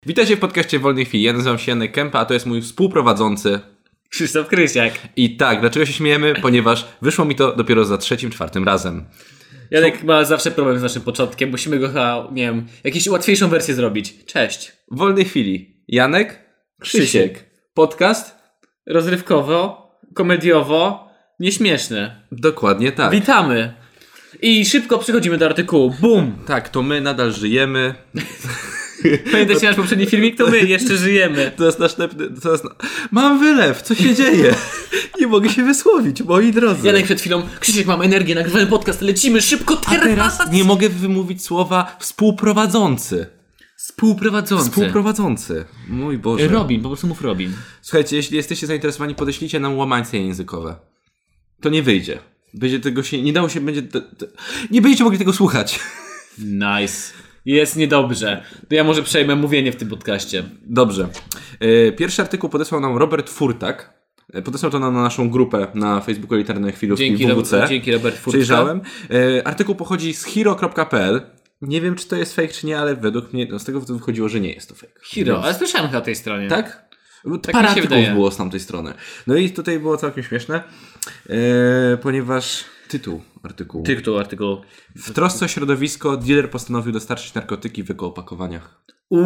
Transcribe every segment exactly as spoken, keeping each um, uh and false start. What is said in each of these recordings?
Witajcie w podcaście Wolnej Chwili. Ja nazywam się Janek Kępa, a to jest mój współprowadzący Krzysztof Krysiak. I tak, dlaczego się śmiejemy? Ponieważ wyszło mi to dopiero za trzecim, czwartym razem. Janek ma zawsze problem z naszym początkiem. Musimy go chyba, nie wiem, jakąś łatwiejszą wersję zrobić. Cześć. W Wolnej Chwili. Janek, Krzysiek. Krzysiek. Podcast rozrywkowo, komediowo, nieśmieszny. Dokładnie tak. Witamy. I szybko przechodzimy do artykułu. Bum. Tak, to my nadal żyjemy. Pamiętacie nasz poprzedni filmik? To my jeszcze żyjemy. To jest następny... To jest... Mam wylew, co się dzieje? Nie mogę się wysłowić, moi drodzy. Janek przed chwilą, Krzysiek, mam energię, nagrywamy podcast, lecimy szybko teraz. A teraz nie mogę wymówić słowa współprowadzący. Współprowadzący. Współprowadzący. Mój Boże. Robin, po prostu mów Robin. Słuchajcie, jeśli jesteście zainteresowani, podeślijcie nam łamańce językowe. To nie wyjdzie. Będzie tego się... Nie dało się... Będzie... Nie będziecie mogli tego słuchać. Nice. Jest niedobrze. To ja może przejmę mówienie w tym podcaście. Dobrze. Pierwszy artykuł podesłał nam Robert Furtak. Podesłał to nam na naszą grupę na Facebooku Elitarne Chwilówki dzięki, W W C. Ro- dzięki Robert Furtak. Przejrzałem. Artykuł pochodzi z hero kropka p l. Nie wiem, czy to jest fake, czy nie, ale według mnie no z tego wychodziło, że nie jest to fake. Hero, Więc... ale słyszałem chyba o tej stronie. Tak? Tak Parę mi się artykułów wydaje. było z tamtej strony. No i tutaj było całkiem śmieszne, e, ponieważ tytuł artykułu. Tytuł artykułu. W trosce o środowisko dealer postanowił dostarczyć narkotyki w ekoopakowaniach.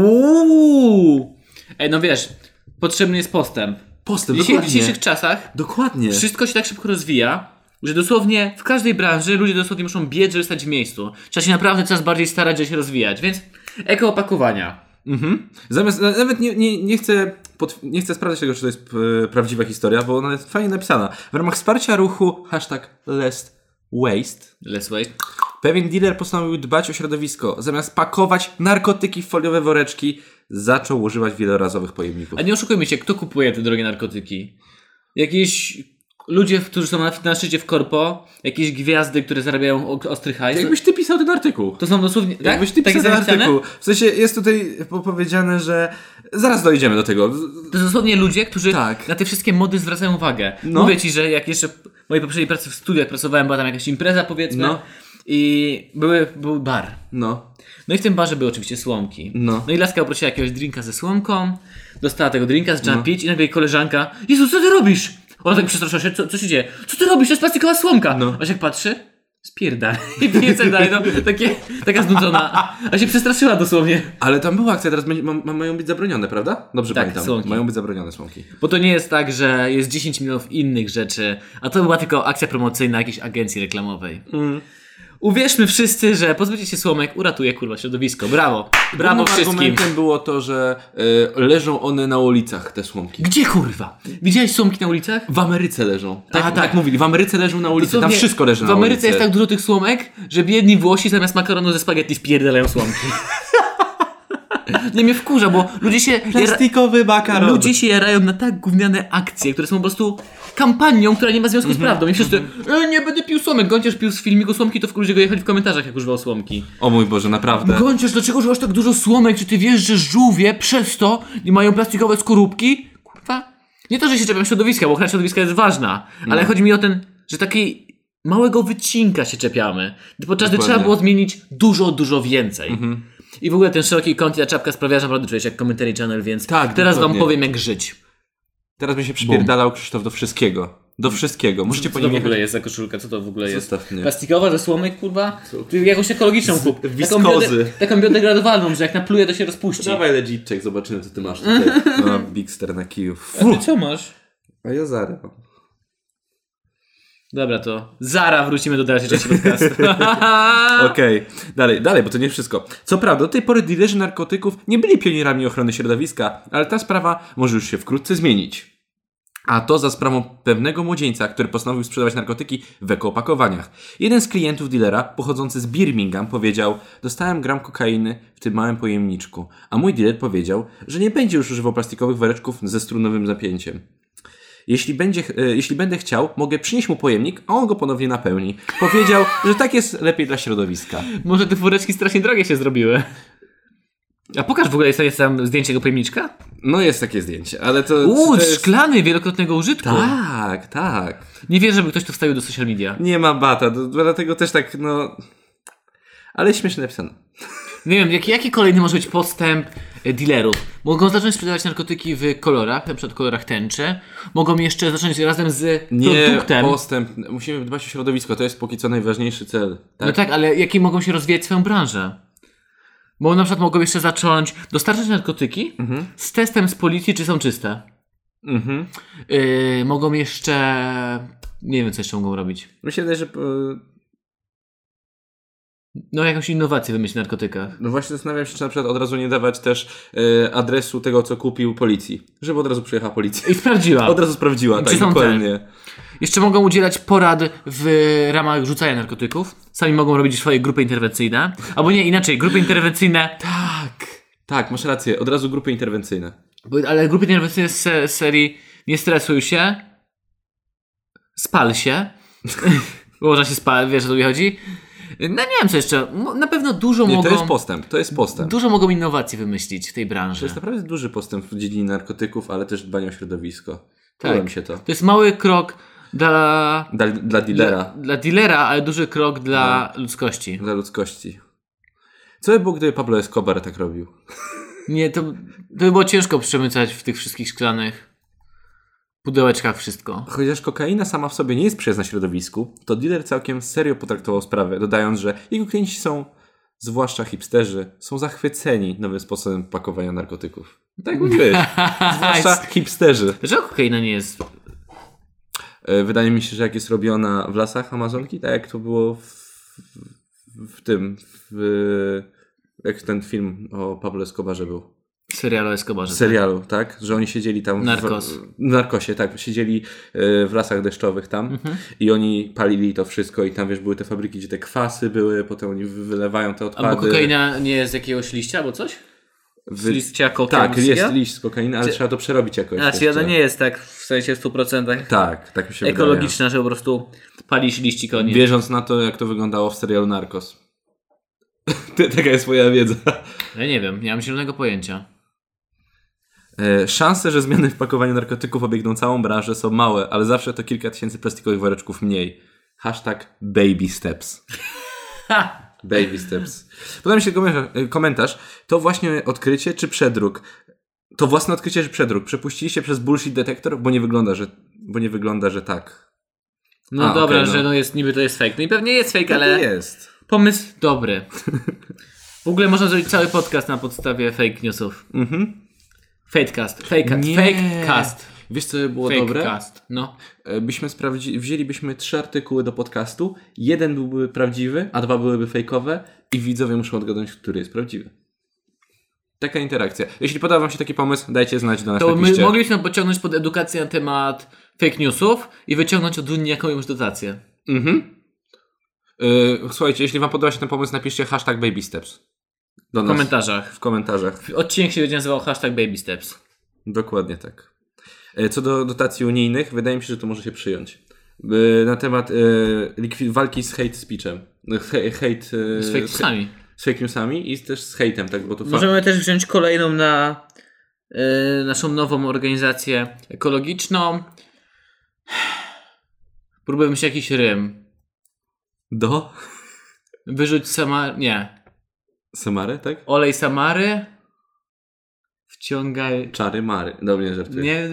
Uuu! Ej, no wiesz, potrzebny jest postęp. Postęp, W dzisiaj- dokładnie. W dzisiejszych czasach Dokładnie. wszystko się tak szybko rozwija, że dosłownie w każdej branży ludzie dosłownie muszą biec, żeby stać w miejscu. Trzeba się naprawdę coraz bardziej starać, żeby się rozwijać. Więc ekoopakowania. Mhm. Zamiast, nawet nie, nie, nie, chcę pod, nie chcę sprawdzać tego, czy to jest e, prawdziwa historia, bo ona jest fajnie napisana. W ramach wsparcia ruchu hashtag less waste Let's wait. pewien dealer postanowił dbać o środowisko. Zamiast pakować narkotyki w foliowe woreczki, zaczął używać wielorazowych pojemników. A nie oszukujmy się, kto kupuje te drogie narkotyki? Jakieś ludzie, którzy są na, na szczycie w korpo, jakieś gwiazdy, które zarabiają o- ostry hajs. Jakbyś ty pisał ten artykuł. To są dosłownie... Tak? Jakbyś ty Tak pisał jest ten napisane? artykuł. W sensie jest tutaj powiedziane, że zaraz dojdziemy do tego. To są dosłownie ludzie, którzy Tak. na te wszystkie mody zwracają uwagę. No. Mówię ci, że jak jeszcze w mojej poprzedniej pracy w studiach pracowałem, była tam jakaś impreza, powiedzmy, No. i były, był bar. No. No i w tym barze były oczywiście słomki. No. No i laska poprosiła jakiegoś drinka ze słomką, dostała tego drinka, zaczęła No. pić i nagle jej koleżanka: Jezu, co ty robisz? Ona tak przestraszyła się, co, co się dzieje? Co ty robisz? To jest plastikowa słomka. No. A się jak patrzy, spierdala i pije sobie dalej, no, takie, taka znudzona. A się przestraszyła dosłownie. Ale tam była akcja, teraz będzie, ma, ma, mają być zabronione, prawda? Dobrze Tak, pamiętam. słomki. Mają być zabronione słomki. Bo to nie jest tak, że jest dziesięć milionów innych rzeczy, a to była tylko akcja promocyjna jakiejś agencji reklamowej. Mm. Uwierzmy wszyscy, że pozbycie się słomek uratuje kurwa środowisko. Brawo. Brawo Głównym wszystkim. argumentem było to, że y, leżą one na ulicach, te słomki. Gdzie kurwa? Widziałeś słomki na ulicach? W Ameryce leżą. Tak, A, tak. tak. mówili, w Ameryce leżą na ulicy, tam Dosłownie wszystko leży w na ulicy. W Ameryce jest tak dużo tych słomek, że biedni Włosi zamiast makaronu ze spaghetti spierdalają słomki. Nie, mnie wkurza, bo ludzie się... Plastikowy makaron. Ludzie się jarają na tak gówniane akcje, które są po prostu kampanią, która nie ma związku Mhm. z prawdą. I wszyscy, e, nie będę pił słomek. Gonciarz pił z filmiku słomki, to w ludzie go jechali w komentarzach, jak używał słomki. O mój Boże, naprawdę. Gonciarz, dlaczego używasz tak dużo słomek? Czy ty wiesz, że żółwie przez to nie mają plastikowe skorupki? Kurwa. Nie to, że się czepiam środowiska, bo ochrona środowiska jest ważna, ale No. chodzi mi o ten, że takiej małego wycinka się czepiamy. Podczas gdy Dokładnie. trzeba było zmienić dużo, dużo więcej. Mhm. I w ogóle ten szeroki kąt i ta czapka sprawia, że naprawdę czujesz jak Commentary Channel, więc Tak, teraz dokładnie. wam powiem jak żyć. Teraz by się przypierdalał Krzysztof do wszystkiego. Do wszystkiego. Możecie po Co to nim w ogóle jechać. jest za koszulka? Co to w ogóle jest? Zostaw mnie. Plastikowa, że słomek, kurwa? Ty jakąś ekologiczną kup. Taką, wiskozy. biode- taką biodegradowalną, że jak napluje, to się rozpuści. Dawaj legit check, zobaczymy co ty masz tutaj. No, Bigster na kiju. A ty co masz? A ja zaraz. Dobra, to zara wrócimy do dalszej części podcastu. Okej, dalej, dalej, bo to nie wszystko. Co prawda, do tej pory dilerzy narkotyków nie byli pionierami ochrony środowiska, ale ta sprawa może już się wkrótce zmienić. A to za sprawą pewnego młodzieńca, który postanowił sprzedawać narkotyki w ekoopakowaniach. Jeden z klientów dealera, pochodzący z Birmingham, powiedział: dostałem gram kokainy w tym małym pojemniczku, a mój dealer powiedział, że nie będzie już używał plastikowych woreczków ze strunowym zapięciem. Jeśli, będzie, e, jeśli będę chciał, mogę przynieść mu pojemnik, a on go ponownie napełni. Powiedział, że tak jest lepiej dla środowiska. Może te fureczki strasznie drogie się zrobiły. A pokaż w ogóle, jest, jest tam zdjęcie jego pojemniczka? No jest takie zdjęcie, ale to... Uuu, to jest... szklany, wielokrotnego użytku. Tak, tak. Nie wierzę, żeby ktoś to wstawił do social media. Nie ma bata, do- dlatego też tak, no... Ale śmiesznie napisane. Nie wiem, jaki, jaki kolejny może być postęp dealerów? Mogą zacząć sprzedawać narkotyki w kolorach, na przykład kolorach tęczy. Mogą jeszcze zacząć razem z Nie, produktem. postęp. Musimy dbać o środowisko, to jest póki co najważniejszy cel. Tak? No tak, ale jaki mogą się rozwijać swoją branżę? Bo na przykład mogą jeszcze zacząć dostarczać narkotyki Mhm. z testem z policji, czy są czyste. Mhm. Yy, mogą jeszcze... Nie wiem, co jeszcze mogą robić. Myślę, że... e, No jakąś innowację wymyślić w narkotykach. No właśnie zastanawiam się, czy na przykład od razu nie dawać też e, adresu tego, co kupił policji. Żeby od razu przyjechała policja. I sprawdziła. Od razu sprawdziła, Czy tak, są dokładnie. Jeszcze mogą udzielać porad w ramach rzucania narkotyków. Sami mogą robić swoje grupy interwencyjne. Albo nie, inaczej, grupy interwencyjne. Tak. Tak, masz rację. Od razu grupy interwencyjne. Bo- Ale grupy interwencyjne z se- serii nie stresuj się, spal się. Bo można się spać, wiesz o co mi chodzi? No nie wiem co jeszcze. Mo- Na pewno dużo Nie, mogą... to jest postęp. To jest postęp. Dużo mogą innowacji wymyślić w tej branży. To jest naprawdę duży postęp w dziedzinie narkotyków, ale też dbania o środowisko. Tak. Podoba mi się to. To jest mały krok dla... Dla, dla dealera. Dla, dla dealera, ale duży krok dla ludzkości. Dla ludzkości. Co by było, gdyby Pablo Escobar tak robił? Nie, to, to by było ciężko przemycać w tych wszystkich szklanych pudełeczkach wszystko. Chociaż kokaina sama w sobie nie jest przyjazna środowisku, to dealer całkiem serio potraktował sprawę, dodając, że jego klienci są, zwłaszcza hipsterzy, są zachwyceni nowym sposobem pakowania narkotyków. Tak mówiłeś. Zwłaszcza hipsterzy. Dlaczego kokaina nie jest... E, Wydaje mi się, że jak jest robiona w lasach Amazonki, tak jak to było w, w, w tym, w, jak ten film o Pablo Escobarze był. W serialu Escobarze. W serialu, tak? Że oni siedzieli tam... Narkos. W, w Narkosie, tak. Siedzieli e, w lasach deszczowych tam Mhm. i oni palili to wszystko i tam, wiesz, były te fabryki, gdzie te kwasy były, potem oni wy- wylewają te odpady. Albo kokaina nie jest z jakiegoś liścia, albo coś? Z Wy... liścia Tak, kokainowskiego? jest liść z kokainy, ale Czy- trzeba to przerobić jakoś. A, czyli jeszcze. ona nie jest tak w sensie w stu procentach Tak, tak mi się ekologiczna, że po prostu palisz liści wydaje. konie. Wierząc na to, jak to wyglądało w serialu Narcos. Taka jest moja wiedza. Ja nie wiem, nie mam zielonego pojęcia. E, szanse, że zmiany w pakowaniu narkotyków obiegną całą branżę są małe, ale zawsze to kilka tysięcy plastikowych woreczków mniej. Hashtag baby steps. Ha! Baby steps. Podoba mi się komentarz, komentarz. To właśnie odkrycie czy przedruk? To własne odkrycie czy przedruk? Przepuściliście przez bullshit detektor? Bo nie wygląda, że, bo nie wygląda, że tak. No A, dobra, okej, no. że no jest, niby to jest fake. No i pewnie jest fake, Tak ale jest. pomysł dobry. W ogóle można zrobić cały podcast na podstawie fake newsów. Mhm. Fakecast. Fake, Nie. Fakecast. Wiesz co by było dobre? Fakecast. No. E, Byśmy sprawdzi- wzięlibyśmy trzy artykuły do podcastu. Jeden byłby prawdziwy, a dwa byłyby fejkowe i widzowie muszą odgadnąć, który jest prawdziwy. Taka interakcja. Jeśli podoba wam się taki pomysł, dajcie znać do nas To na my piście. mogliśmy pociągnąć pod edukację na temat fake newsów i wyciągnąć od Unii jakąś dotację. Mhm. Yy, słuchajcie, jeśli wam podoba się ten pomysł, napiszcie hashtag baby steps. Do W nas. komentarzach. W komentarzach. Odcinek się będzie nazywał hashtag baby steps. Dokładnie tak. Yy, co do dotacji unijnych, wydaje mi się, że to może się przyjąć. Yy, na temat yy, likwi- walki z hate speechem. Yy, he- hate, yy, Z fake newsami. z fake newsami i też z hejtem, tak? Bo to fa- Możemy też wziąć kolejną na yy, naszą nową organizację ekologiczną. Próbujemy się jakiś rym. do Wyrzuć Samar... Nie. Samary, tak? Olej Samary. Wciągaj... Czary Mary. Dobrze, żartuję. Nie...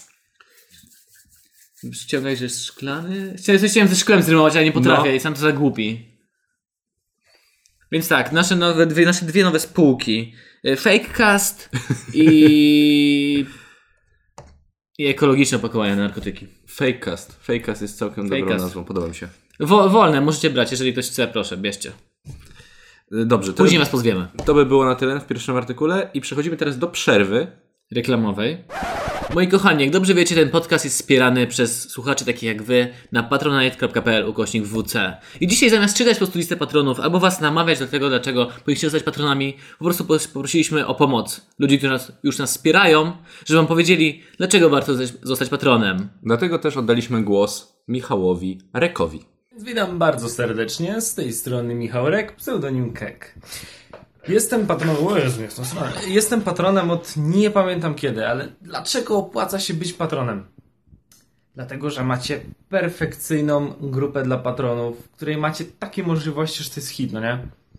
Wciągaj, że jest szklany. Chciałem, chciałem ze szklem zrymować, ale nie potrafię No. i sam to za głupi. Więc tak, nasze, nowe, dwie, nasze dwie nowe spółki. Y, Fakecast i... i ekologiczne opakowania na narkotyki. Fakecast. Fakecast jest całkiem dobrą Fakecast. nazwą, podoba mi się. Wo, wolne, możecie brać, jeżeli ktoś chce, proszę, bierzcie. Yy, Dobrze, to, Później was pozwiemy. to by było na tyle w pierwszym artykule i przechodzimy teraz do przerwy. Reklamowej. Moi kochani, jak dobrze wiecie, ten podcast jest wspierany przez słuchaczy takich jak wy na patronite.pl ukośnik wc. I dzisiaj zamiast czytać po prostu listę patronów albo was namawiać do tego, dlaczego powinniście zostać patronami, po prostu pos- poprosiliśmy o pomoc ludzi, którzy nas, już nas wspierają, żeby wam powiedzieli, dlaczego warto zostać, zostać patronem. Dlatego też oddaliśmy głos Michałowi Rekowi. Witam bardzo serdecznie, z tej strony Michał Rek, pseudonim Kek. Jestem patronem, o Jezu, nie w tą stronę. Jestem patronem od nie pamiętam kiedy, ale dlaczego opłaca się być patronem? Dlatego, że macie perfekcyjną grupę dla patronów, w której macie takie możliwości, że to jest hit, no nie?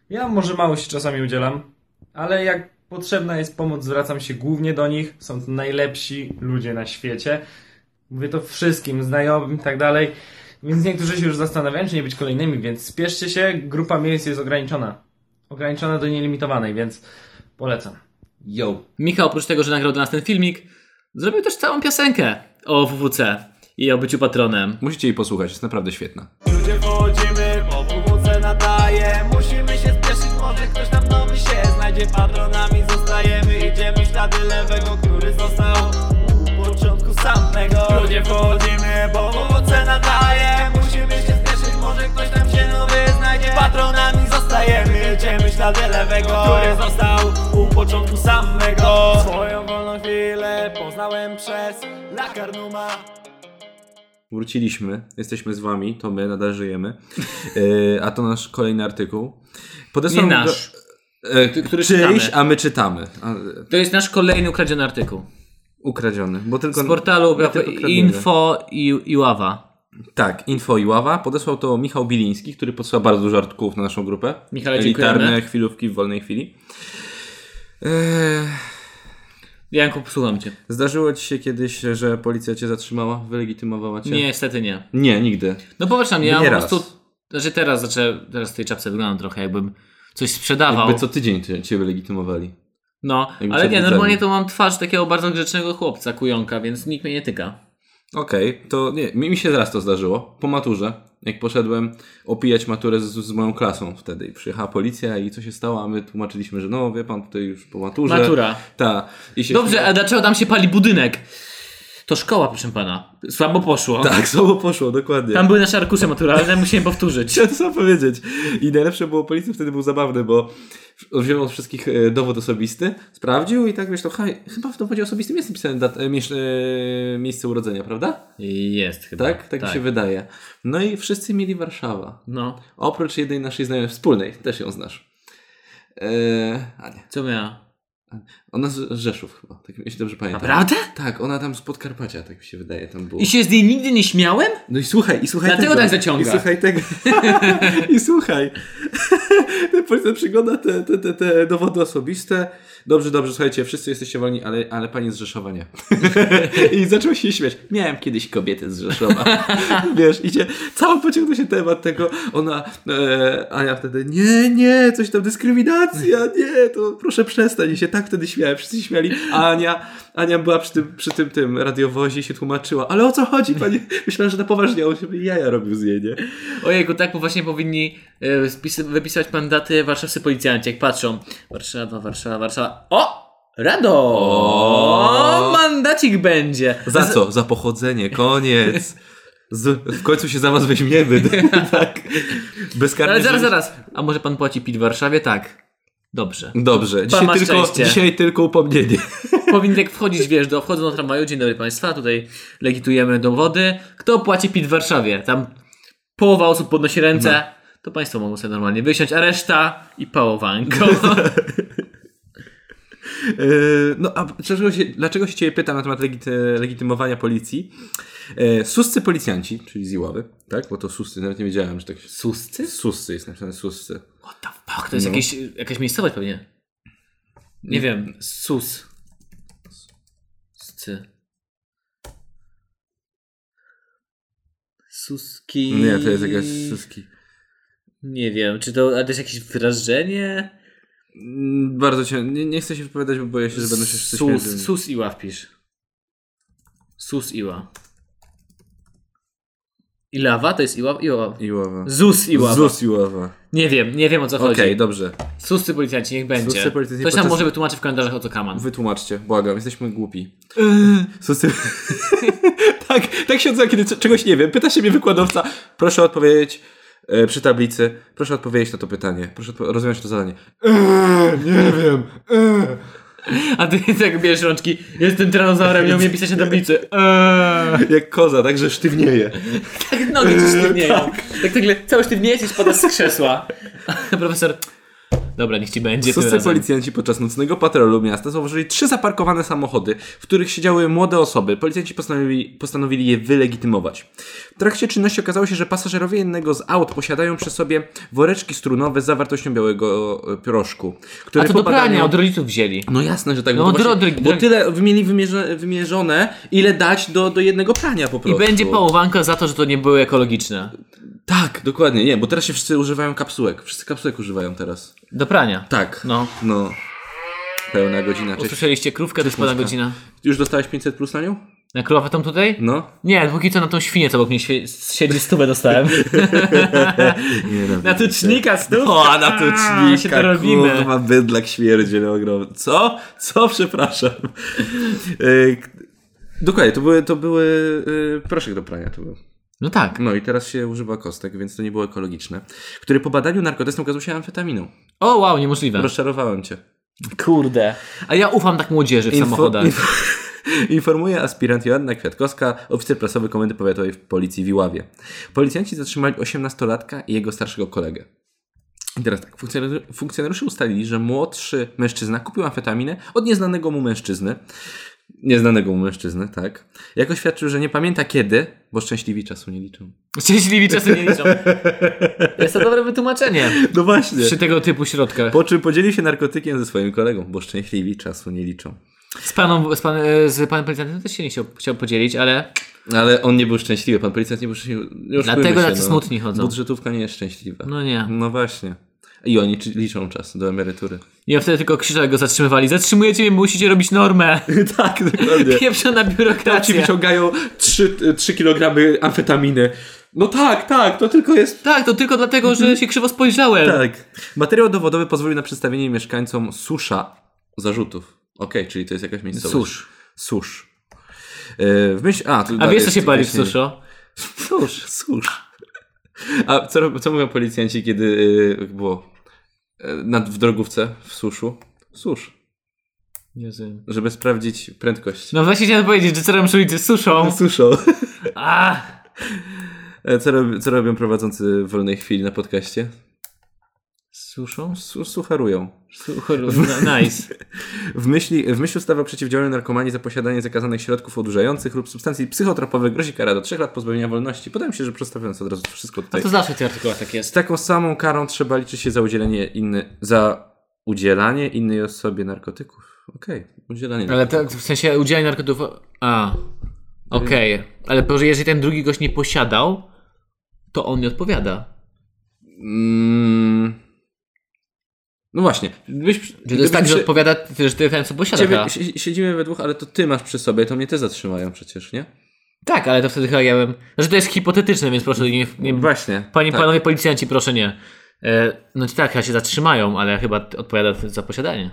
Ja może mało się czasami udzielam, ale jak potrzebna jest pomoc, zwracam się głównie do nich. Są to najlepsi ludzie na świecie. Mówię to wszystkim, znajomym i tak dalej. Więc niektórzy się już zastanawiają, czy nie być kolejnymi, więc spieszcie się. Grupa miejsc jest ograniczona. Ograniczona do nielimitowanej, więc polecam. Yo. Michał, oprócz tego, że nagrał dla nas ten filmik, zrobił też całą piosenkę o W W C i o byciu patronem. Musicie jej posłuchać, jest naprawdę świetna. Ludzie wchodzimy, bo W W C nadaje. Musimy się spieszyć, może ktoś tam nowy się znajdzie. Patronami zostajemy, idziemy ślady lewego, który został u początku samego. Ludzie wchodzimy, bo W W C nadaje. Musimy się spieszyć, może ktoś tam się nowy znajdzie. Patronami zostajemy, idziemy ślady lewego, który został u początku samego. Swoją wolną chwilę poznałem przez La Carnuma. Wróciliśmy, jesteśmy z wami, to my nadal żyjemy. Yy, a to nasz kolejny artykuł. Podesłał Nie nasz. Go, yy, który czyjś, czytamy. a my czytamy. A, To jest nasz kolejny ukradziony artykuł. ukradziony, bo tylko Z portalu my tylko kradniemy. Info i Iława. Tak, Info i Ława. Podesłał to Michał Biliński, który podesłał bardzo dużo artykułów na naszą grupę. Michale, Elitarne dziękujemy. chwilówki w wolnej chwili. Yy, Janku, słucham cię. zdarzyło ci się kiedyś, że policja cię zatrzymała, wylegitymowała cię? Niestety nie. Nie, nigdy. No popatrz na mnie, ja Nie po raz. prostu... Znaczy teraz, znaczy, teraz w tej czapce wyglądam trochę jakbym coś sprzedawał. Jakby co tydzień cię, cię wylegitymowali. No, Jakby ale przed nie, widzami. normalnie to mam twarz takiego bardzo grzecznego chłopca, kujonka, więc nikt mnie nie tyka. Okej, okay, to nie, mi mi się raz to zdarzyło. Po maturze, jak poszedłem opijać maturę z, z moją klasą wtedy. I przyjechała policja i co się stało, a my tłumaczyliśmy, że no wie pan, tutaj już po maturze. Matura. Ta. I się Dobrze, a dlaczego tam się pali budynek? To szkoła, proszę pana. Słabo poszło. Tak, słabo poszło, dokładnie. Tam były nasze arkusze maturalne, musiałem powtórzyć. Chciałem to samo powiedzieć. I najlepsze było, policja wtedy był zabawny, bo wziął od wszystkich e, dowód osobisty, sprawdził i tak wiesz, to hej, chyba w dowodzie osobistym jest napisane dat, e, miesz, e, miejsce urodzenia, prawda? Jest chyba. Tak? Tak mi się wydaje. No i wszyscy mieli Warszawa. No. Oprócz jednej naszej znajomej wspólnej, też ją znasz. E, Ania. Co miała? Ona z Rzeszów chyba, tak jeśli dobrze pamiętam. Naprawdę? Tak, ona tam z Podkarpacia, tak mi się wydaje, tam było. I się z niej nigdy nie śmiałem? No i słuchaj, i słuchaj Dlatego tego. tak zaciąga. I słuchaj tego. I słuchaj. Ten policjant przygląda te, te, te, te dowody osobiste. Dobrze, dobrze, słuchajcie, wszyscy jesteście wolni, ale, ale pani z Rzeszowa nie. I zaczął się śmiać. Miałem kiedyś kobietę z Rzeszowa. Wiesz, idzie, cały pociągnął się temat tego. Ona, e, Ania wtedy, nie, nie, coś tam, dyskryminacja, nie, to proszę przestań. I się tak wtedy śmiałem, wszyscy się śmiali. A Ania, Ania była przy tym, przy tym, tym radiowozie i się tłumaczyła. Ale o co chodzi, pani? Myślałem, że na poważnie, on się jaja robił z jej, nie? Ojejku, tak bo właśnie powinni e, spis- wypisywać mandaty warszawscy policjanci, jak patrzą. Warszawa, Warszawa, Warszawa. O! Radom! O! Mandacik będzie. Za co? Za pochodzenie, koniec. Z, w końcu się za was weźmiemy. Tak. Bezkarnie. Ale zaraz, żyć. zaraz. A może pan płaci P I T w Warszawie? Tak. Dobrze. Dobrze. Dzisiaj ma tylko, szczęście. dzisiaj tylko upomnienie. Powinien tak wchodzić, wiesz, do wchodzą do tramwaju. Dzień dobry państwa, tutaj legitujemy dowody. Kto płaci P I T w Warszawie? Tam połowa osób podnosi ręce. No. To państwo mogą sobie normalnie wysiąść, a reszta i pałowanko. Yy, no a dlaczego się, dlaczego się ciebie pytam na temat legity, legitymowania policji? Yy, suscy policjanci, czyli z Iławy, tak? Bo to suscy, nawet nie wiedziałem, że tak się... Suscy? Suscy jest napisane, suscy. What the fuck? To jest No. jakieś, jakaś miejscowość pewnie. Nie wiem. Sus. Scy. Suski. Nie, to jest jakaś suski. Nie wiem, czy to, ale to jest jakieś wyrażenie? Mm, Bardzo cię, nie, nie chcę się wypowiadać, bo boję się, że będą się wszyscy śmiać. Sus, sus Iła wpisz. Sus Iła. Ilawa? To jest Iła? Iła. Iława. Zus Iława. Zus Iława. Nie wiem, nie wiem o co Okej, chodzi. dobrze. Suscy policjanci, niech będzie. Suscy policjanci Ktoś nam podczas- może wytłumaczy w komentarzach o co kaman. Wytłumaczcie, błagam, jesteśmy głupi. Suscy... tak, tak się odzywa, kiedy c- czegoś nie wiem. Pyta się mnie wykładowca, proszę odpowiedzieć e, przy tablicy, proszę odpowiedzieć na to pytanie, proszę odpo- rozwiązać to zadanie. Eee, nie wiem. Eee. A ty tak bierzesz rączki, jestem tyranozaurem, nie umiem pisać na tablicy. Eee. Jak koza, tak, że sztywnieje. Tak nogi ci sztywnieją. Tak nagle cały sztywniejesz i spada z krzesła. Profesor, Dobra, niech ci będzie. Suscy policjanci podczas nocnego patrolu miasta zauważyli trzy zaparkowane samochody, w których siedziały młode osoby. Policjanci postanowili, postanowili je wylegitymować. W trakcie czynności okazało się, że pasażerowie jednego z aut posiadają przy sobie woreczki strunowe z zawartością białego proszku. A to do prania od rodziców wzięli. No jasne, że tak. No, bo, właśnie, dro- dro- bo tyle mieli wymierzone, wymierzone, ile dać do, do jednego prania po prostu. I będzie połowanka za to, że to nie były ekologiczne. Tak, dokładnie. Nie, bo teraz się wszyscy używają kapsułek. Wszyscy kapsułek używają teraz. Do prania. Tak. No. No. Pełna godzina. Cześć. Usłyszeliście krówkę, to jest pełna godzina. Już dostałeś pięćset plus na nią? Na królowę tą tutaj? No. Nie, póki co na tą świnię, co obok mnie świe- siedzi, stówę dostałem. Nie, no, Na tucznika stówę? O, na tucznika, się to robimy. kurwa, bydlak śmierdziel ogromny. Co? Co? Przepraszam. Yy, dokładnie, to były, to były yy, proszek do prania. To był. No tak. No i teraz się używa kostek, więc to nie było ekologiczne. Który po badaniu narkotestu okazał się amfetaminą. O, wow, niemożliwe. Rozczarowałem cię. Kurde. A ja ufam tak młodzieży w Info- samochodach. Info- informuje aspirant Joanna Kwiatkowska, oficer prasowy Komendy Powiatowej w Policji w Iławie. Policjanci zatrzymali osiemnastolatka i jego starszego kolegę. I teraz tak, funkcjonariusze, funkcjonariusze ustalili, że młodszy mężczyzna kupił amfetaminę od nieznanego mu mężczyzny. Nieznanego mu mężczyzny, tak. Jak oświadczył, że nie pamięta kiedy, bo szczęśliwi czasu nie liczą. Szczęśliwi czasem nie liczą. Jest to dobre wytłumaczenie. No właśnie. Przy tego typu środkach. Po czym podzielił się narkotykiem ze swoim kolegą, bo szczęśliwi czasu nie liczą. Z, paną, z, pan, z panem policjantem też się nie chciał, chciał podzielić, ale... Ale on nie był szczęśliwy, pan policjant nie był szczęśliwy. Już Dlatego się, tacy no. smutni chodzą. Budżetówka nie jest szczęśliwa. No nie. No właśnie. I oni czy- liczą czas do emerytury. I wtedy tylko krzyżak go zatrzymywali. Zatrzymujecie mnie, musicie robić normę. Tak, dokładnie. Pieprzona Tam ci biurokracja. wyciągają trzy kilogramy amfetaminy. No tak, tak, to tylko jest... Tak, to tylko dlatego, że się krzywo spojrzałem. Tak. Materiał dowodowy pozwolił na przedstawienie mieszkańcom Susza zarzutów. Okej, okay, czyli to jest jakaś miejscowość. Susz. Susz. Yy, w myśl... A, tu A wiesz, co się pali w właśnie- suszo? Susz. Susz. A co, rob- co mówią policjanci, kiedy yy, było yy, nad, w drogówce w suszu? Susz. Jezu. Żeby sprawdzić prędkość. No właśnie chciałem powiedzieć, że co robią przy ulicy z suszą. Suszą. A, E, Co, rob, co robią prowadzący w wolnej chwili na podcaście? z suszą? Su, sucharują. Suchor, no, nice. W myśli, w myśli ustawy o przeciwdziałaniu narkomanii za posiadanie zakazanych środków odurzających lub substancji psychotropowych grozi kara do trzech lat pozbawienia wolności. Podałem się, że przedstawiając od razu wszystko A tutaj. to zawsze w tych artykułach tak Z jest. taką samą karą trzeba liczyć się za udzielenie inny, za udzielanie innej osobie narkotyków. Okej, okay. udzielanie Ale to, w sensie udzielanie narkotyków... A, okej. Okay. Ale może jeżeli ten drugi gość nie posiadał, to on nie odpowiada. Mm. No właśnie. Byś, Czy to jest tak, że odpowiada, że ty ten co posiada. Ciebie, chyba. si- siedzimy we dwóch, ale to ty masz przy sobie, to mnie te zatrzymają przecież, nie? Tak, ale to wtedy chyba ja bym... Że to jest hipotetyczne, więc proszę nie... nie Właśnie. Panie, tak. panowie policjanci, proszę nie. E, no tak, chyba się zatrzymają, ale chyba odpowiada za posiadanie.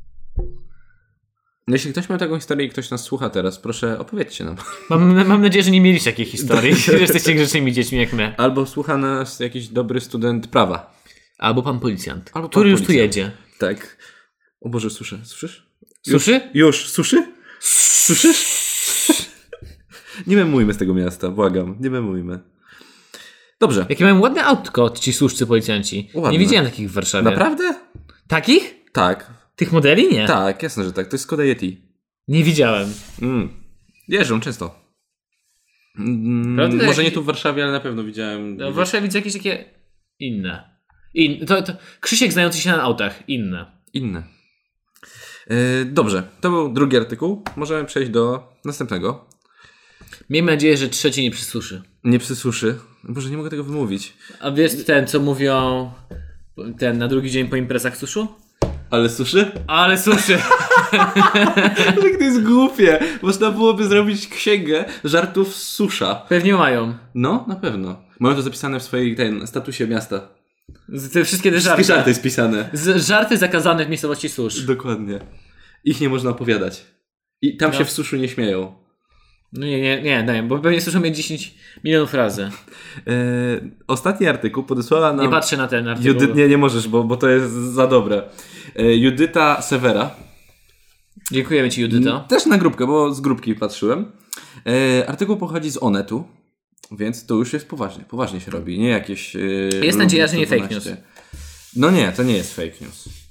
Jeśli ktoś ma taką historię i ktoś nas słucha teraz, proszę opowiedzcie nam. Mam, mam nadzieję, że nie mieliście takiej historii, że jesteście grzecznymi dziećmi jak my. Albo słucha nas jakiś dobry student prawa. Albo pan policjant, Albo pan który już tu policjant. jedzie. Tak. O Boże, słyszę. Słyszysz? Suszy? Już. Suszy? Słyszysz? Nie memujmy z tego miasta, błagam. Nie memujmy. Dobrze. Jakie mają ładne autko ci służcy policjanci. Ładne. Nie widziałem takich w Warszawie. Naprawdę? Takich? Tak. Tych modeli? Nie. Tak, jasne, że tak. To jest Skoda Yeti. Nie widziałem. Mm. Jeżdżą często. Mm, Prawda, może jakiś- nie tu w Warszawie, ale na pewno widziałem. No, w Warszawie widzę jakieś takie inne. In... To, to... Krzysiek znający się na autach. Inne. Inne. Yy, dobrze, to był drugi artykuł. Możemy przejść do następnego. Miejmy nadzieję, że trzeci nie przysuszy. Nie przysuszy. Boże, nie mogę tego wymówić. A wiesz ten, co mówią ten na drugi dzień po imprezach suszu? Ale suszy? Ale suszy. Jak to jest głupie. Można byłoby zrobić księgę żartów z susza. Pewnie mają. No, na pewno. Mają to zapisane w swojej ten, statusie miasta. Z- Te wszystkie te Żarty. żarty. Żarty jest pisane. Z, żarty zakazane w miejscowości susz. Dokładnie. Ich nie można opowiadać. I tam No. się w suszu nie śmieją. No nie, nie, nie, nie, bo pewnie słyszą mnie dziesięć milionów razy. Yy, ostatni artykuł podesłała nam... Nie patrzę na ten artykuł. Judy... Nie, nie możesz, bo, bo to jest za dobre. Yy, Judyta Severa. Dziękujemy ci, Judyto. Też na grupkę, bo z grupki patrzyłem. Yy, artykuł pochodzi z Onetu, więc to już jest poważnie. Poważnie się robi, nie jakieś... Yy, Jest nadzieja, że nie fake dwanaście. news. No nie, to nie jest fake news.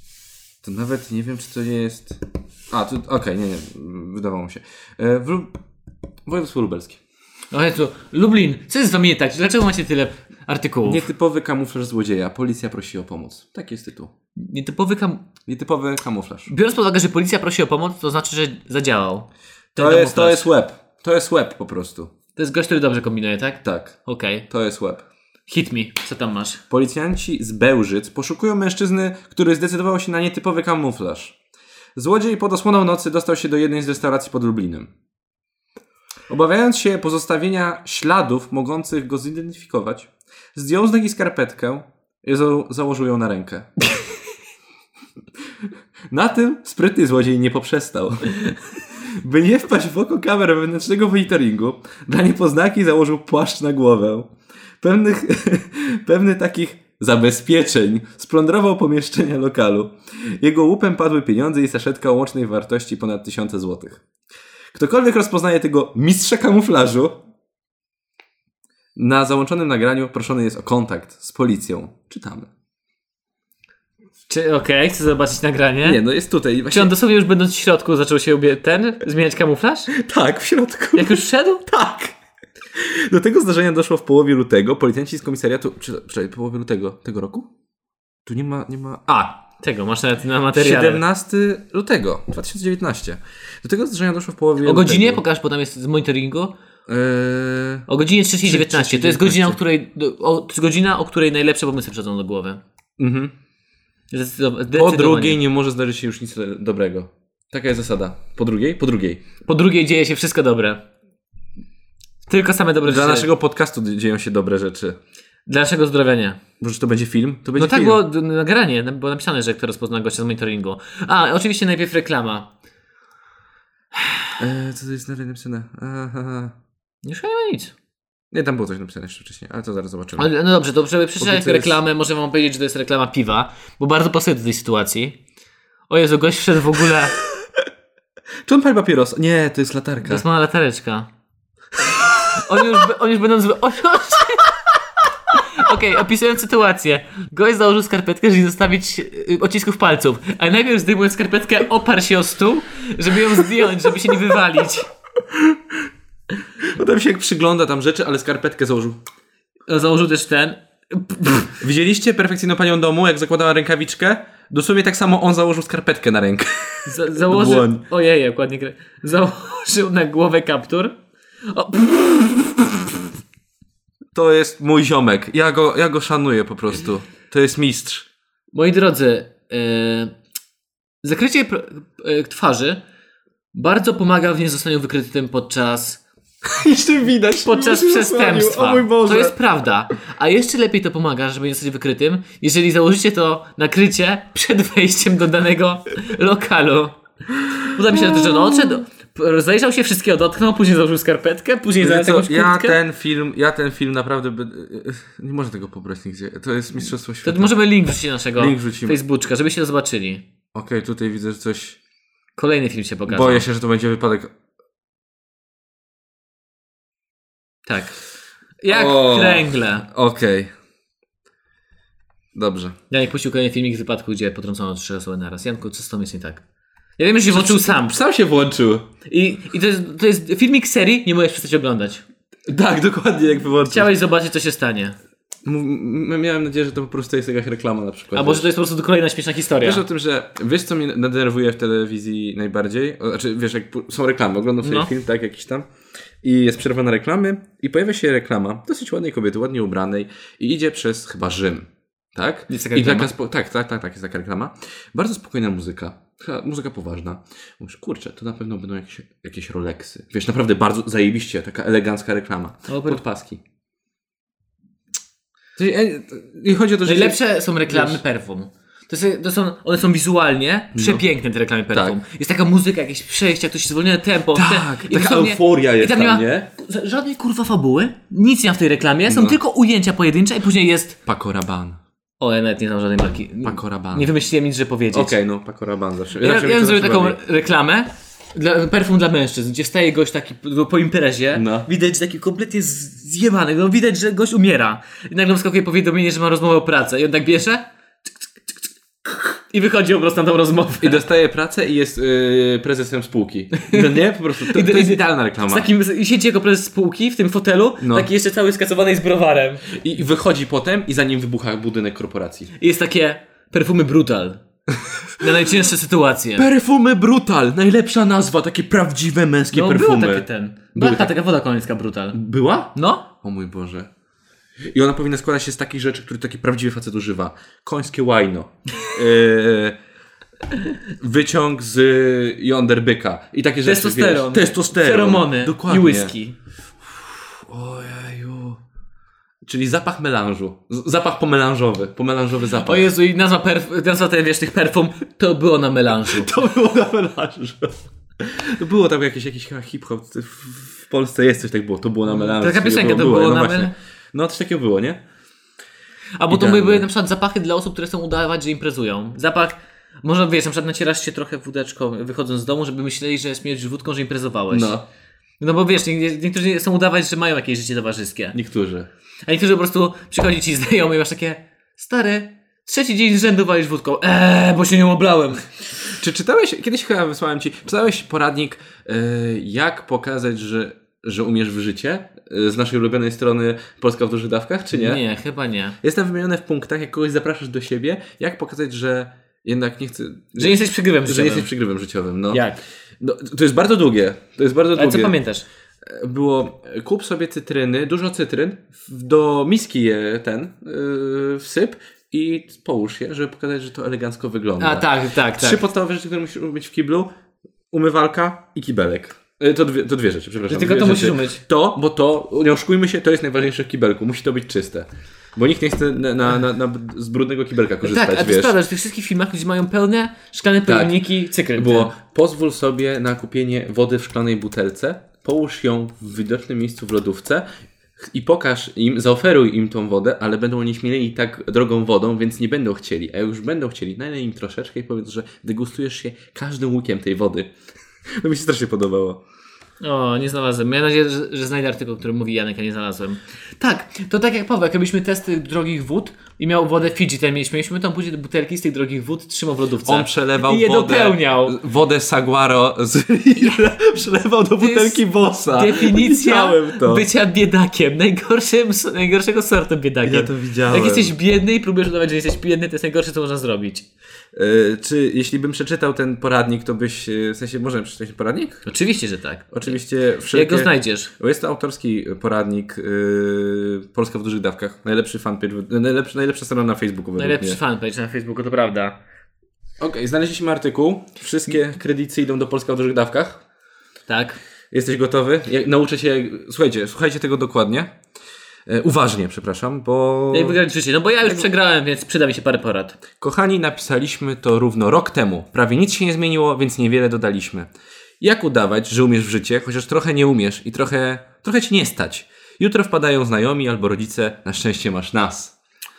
To nawet nie wiem, czy to nie jest... A, to okej, okay, nie, nie, wydawało mi się. E, w... Województwo lubelskie. O Jezu, Lublin, co jest z wami nie tak? Dlaczego macie tyle artykułów? Nietypowy kamuflaż złodzieja. Policja prosi o pomoc. Taki jest tytuł. Nietypowy kam... Nietypowy kamuflaż. Biorąc pod uwagę, że policja prosi o pomoc, to znaczy, że zadziałał. To jest, to jest web. To jest web po prostu. To jest gość, który dobrze kombinuje, tak? Tak. Okej. Okay. To jest web. Hit me. Co tam masz? Policjanci z Bełżyc poszukują mężczyzny, który zdecydował się na nietypowy kamuflaż. Złodziej pod osłoną nocy dostał się do jednej z restauracji pod Lublinem. Obawiając się pozostawienia śladów mogących go zidentyfikować, zdjął z nogi skarpetkę i za- założył ją na rękę. Na tym sprytny złodziej nie poprzestał. By nie wpaść w oko kamer wewnętrznego monitoringu, dla niepoznaki założył płaszcz na głowę. Pewnych, pewnych takich zabezpieczeń splądrował pomieszczenia lokalu. Jego łupem padły pieniądze i saszetka o łącznej wartości ponad tysiące złotych. Ktokolwiek rozpoznaje tego mistrza kamuflażu, na załączonym nagraniu proszony jest o kontakt z policją. Czytamy. Czy okej, okay, chcę zobaczyć nagranie? Nie, no jest tutaj. Właśnie... Czy on dosłownie już będąc w środku zaczął się ubie- ten, zmieniać kamuflaż? Tak, w środku. Jak już wszedł? Tak. Do tego zdarzenia doszło w połowie lutego. Policjanci z komisariatu... Czy, czy w połowie lutego tego roku? Tu nie ma... Nie ma... A, tego, masz nawet na materiale. siedemnastego lutego dwa tysiące dziewiętnastego. Do tego zdarzenia doszło w połowie O godzinie? lutego. Pokaż, bo tam jest z monitoringu. Eee... O godzinie trzeciej dziewiętnaście. To jest godzina, o której, o, to jest godzina, o której najlepsze pomysły przychodzą do głowy. Mhm. Zdecydow- po drugiej nie może zdarzyć się już nic dobrego. Taka jest zasada. Po drugiej? Po drugiej. Po drugiej dzieje się wszystko dobre. Tylko same dobre Dla rzeczy. Dla naszego podcastu dzieją się dobre rzeczy. Dla naszego zdrowia nie. Może to będzie film? To będzie no tak, film. było nagranie, było napisane, że kto rozpozna gościa z monitoringu. A, oczywiście najpierw reklama. Eee, co to jest dalej napisane? Aha. Już nie ma nic. Nie, tam było coś napisane jeszcze wcześniej, ale to zaraz zobaczymy. Ale, no dobrze, to żeby przeczytać jest... reklamę, możemy wam powiedzieć, że to jest reklama piwa, bo bardzo pasuje do tej sytuacji. O Jezu, gość wszedł w ogóle... Czy on pali papieros? Nie, to jest latarka. To jest mała latareczka. On już, on już będą... Zwy... Okej, okay, opisując sytuację. Gość założył skarpetkę, żeby zostawić odcisków palców, a najpierw zdejmując skarpetkę oparł się o stół, żeby ją zdjąć, żeby się nie wywalić. Potem się jak przygląda tam rzeczy, ale skarpetkę założył. Założył też ten. Widzieliście perfekcyjną panią domu, jak zakładała rękawiczkę? Dosłownie tak samo on założył skarpetkę na rękę. Za- założył. Ojej, jak ładnie gra. Założył na głowę kaptur. O. To jest mój ziomek. Ja go, ja go szanuję po prostu. To jest mistrz. Moi drodzy, yy, zakrycie pr- yy, twarzy bardzo pomaga w niezostaniu wykrytym podczas Jeszcze widać. podczas przestępstwa. O mój Boże. To jest prawda. A jeszcze lepiej to pomaga, żeby nie zostać wykrytym, jeżeli założycie to nakrycie przed wejściem do danego lokalu. Uda mi się, że no odszedł, zajrzał się wszystkiego, dotknął, później założył skarpetkę, później założył jakąś kurtkę. Ja ten film, ja ten film naprawdę by... nie można tego pobrać nigdzie. To jest mistrzostwo świata. To możemy link wrzucić naszego link wrzucimy. Facebooka, żebyście to zobaczyli. Okej, okay, tutaj widzę, że coś... Kolejny film się pokaże. Boję się, że to będzie wypadek. Tak. Jak o, kręgle. Okej. Okay. Dobrze. Janek puścił kolejny filmik z wypadku, gdzie potrącono trzy osoby naraz. Janku, co z tą jest nie tak? Ja wiem, że się włączył sam. Sam się włączył. I, i to, jest, to jest filmik serii, nie możesz przestać oglądać. Tak, dokładnie jak wyłączył. Chciałeś zobaczyć, co się stanie. M- miałem nadzieję, że to po prostu jest jakaś reklama na przykład. A może to jest po prostu kolejna śmieszna historia. Wiesz o tym, że wiesz co mnie denerwuje w telewizji najbardziej? O, znaczy wiesz, jak są reklamy, oglądam sobie no. film, tak, jakiś tam i jest przerwa na reklamy i pojawia się reklama dosyć ładnej kobiety, ładnie ubranej i idzie przez chyba Rzym, tak? Jest taka I reklama? taka spo- tak, tak, tak, tak, jest taka reklama. Bardzo spokojna muzyka, muzyka poważna. Mówisz, kurczę, to na pewno będą jakieś, jakieś Rolexy. Wiesz, naprawdę bardzo zajebiście, taka elegancka reklama. No, podpaski. I chodzi o to, że... Najlepsze są reklamy wiesz, perfum. To, jest, to są, one są wizualnie przepiękne, te reklamy perfum. Tak. Jest taka muzyka, jakieś przejścia, ktoś zwolnione tempo. Tak, te, taka dosłownie- euforia jest i tam, tam, nie ma nie? żadnej kurwa fabuły, nic nie ma w tej reklamie, są No. tylko ujęcia pojedyncze i później jest... Paco Rabanne. O, ja nawet nie znam żadnej marki. Paco Rabanne. Nie wymyśliłem nic, że powiedzieć. Okej, okay, no Paco Rabanne zawsze. Ja, zawsze ja bym zrobił zawsze taką bawi. reklamę, dla, perfum dla mężczyzn, gdzie wstaje gość taki po, po imprezie, No. widać, że taki kompletnie z- zjebany, no widać, że gość umiera. I nagle wskakuje powiadomienie, że ma rozmowę o pracę i on tak bierze i I wychodzi po prostu na tą rozmowę. I dostaje pracę i jest yy, prezesem spółki. No nie? Po prostu to, to jest idealna reklama. Z takim, i siedzi jako prezes spółki w tym fotelu, No. taki jeszcze cały skasowany z browarem. I, I wychodzi potem i za nim wybucha budynek korporacji. I jest takie perfumy Brutal. Na najcięższe sytuacje. Perfumy Brutal! Najlepsza nazwa, takie prawdziwe męskie No perfumy. był taki ten. Były Była tak- taka woda końska Brutal. Była? No. O mój Boże. I ona powinna składać się z takich rzeczy, które taki prawdziwy facet używa. Końskie łajno. Yy, wyciąg z jąder byka. I takie rzeczy, Testosteron. wiesz. Testosteron. Feromony. Dokładnie. I whisky. Ojeju. Czyli zapach melanżu. Z- zapach pomelanżowy. Pomelanżowy zapach. O Jezu, i nazwa, perf- nazwa ten, wiesz, tych perfum to było na melanżu. To było na melanżu. Było tam jakiś, jakiś hip-hop. W, w Polsce jest coś tak było. To było na melanżu. Taka piosenka to było no na właśnie. mel- No coś takiego było, nie? A bo to Idealne. były na przykład zapachy dla osób, które chcą udawać, że imprezują. Zapach, może wiesz, na przykład nacierasz się trochę wódeczką wychodząc z domu, żeby myśleli, że śmierdzisz wódką, że imprezowałeś. No. No bo wiesz, nie- niektórzy chcą udawać, że mają jakieś życie towarzyskie. Niektórzy. A niektórzy po prostu przychodzi ci znajomy i masz takie, stary, trzeci dzień z rzędu walisz wódką. Eee, bo się nią oblałem. Czy czytałeś, kiedyś chyba wysłałem ci, czytałeś poradnik, yy, jak pokazać, że, że umiesz w życie yy, z naszej ulubionej strony Polska w dużych dawkach, czy nie? Nie, chyba nie. Jestem wymieniony w punktach, jak kogoś zapraszasz do siebie, jak pokazać, że jednak nie chcę... Że nie jesteś przygrywem że życiowym. nie jesteś przygrywem życiowym, no. Jak? No, to jest bardzo długie, to jest bardzo Ale długie. co pamiętasz? Było, kup sobie cytryny, dużo cytryn, w- do miski je ten, yy, wsyp i połóż je, żeby pokazać, że to elegancko wygląda. A tak, tak, Trzy tak. podstawowe rzeczy, które musisz umieć w kiblu. Umywalka i kibelek. Y, To dwie, to dwie rzeczy, przepraszam. Że tylko dwie to rzeczy. musisz umyć. To, bo to, nie oszukujmy się, to jest najważniejsze w kibelku. Musi to być czyste. Bo nikt nie chce na, na, na, na, z brudnego kibelka korzystać, Tak, a to wiesz. jest prawda, że w tych wszystkich filmach ludzie mają pełne szklane Tak. pojemniki cykryn. Było, pozwól sobie na kupienie wody w szklanej butelce, połóż ją w widocznym miejscu w lodówce i pokaż im, zaoferuj im tą wodę, ale będą oni śmieli tak drogą wodą, więc nie będą chcieli. A jak już będą chcieli, nalej im troszeczkę i powiedz, że degustujesz się każdym łykiem tej wody. To mi się strasznie podobało. O, nie znalazłem. Miałem nadzieję, że, że znajdę artykuł, który mówi Janek, a nie znalazłem. Tak, to tak jak Paweł, jak robiliśmy testy drogich wód i miał wodę Fidżi, ten mieliśmy, mieliśmy tam później te butelki z tych drogich wód, trzymał w lodówce. On przelewał I je wodę, dopełniał. wodę Saguaro z przelewał do butelki jest Bossa. Definicja Widziałem to. bycia biedakiem. Najgorszym, najgorszego sortu biedakiem. Ja to widziałem. Jak jesteś biedny i próbujesz udawać, że jesteś biedny, to jest najgorsze, co można zrobić. Yy, czy jeśli bym przeczytał ten poradnik, to byś, yy, w sensie, możemy przeczytać ten poradnik? Oczywiście, że tak. Oczywiście wszelkie... Jak go znajdziesz? Bo jest to autorski poradnik yy, Polska w dużych dawkach. Najlepszy fanpage, najlepszy, najlepsza strona na Facebooku. według Najlepszy mnie. fanpage na Facebooku, to prawda. Okej, znaleźliśmy artykuł. Wszystkie kredyty idą do Polska w dużych dawkach. Tak. Jesteś gotowy? Ja, nauczę cię, słuchajcie, słuchajcie tego dokładnie. E, uważnie, przepraszam, bo... Jak wygrać życie? No bo ja już przegrałem, więc przyda mi się parę porad. Kochani, napisaliśmy to równo rok temu. Prawie nic się nie zmieniło, więc niewiele dodaliśmy. Jak udawać, że umiesz w życie, chociaż trochę nie umiesz i trochę, trochę ci nie stać? Jutro wpadają znajomi albo rodzice, na szczęście masz nas.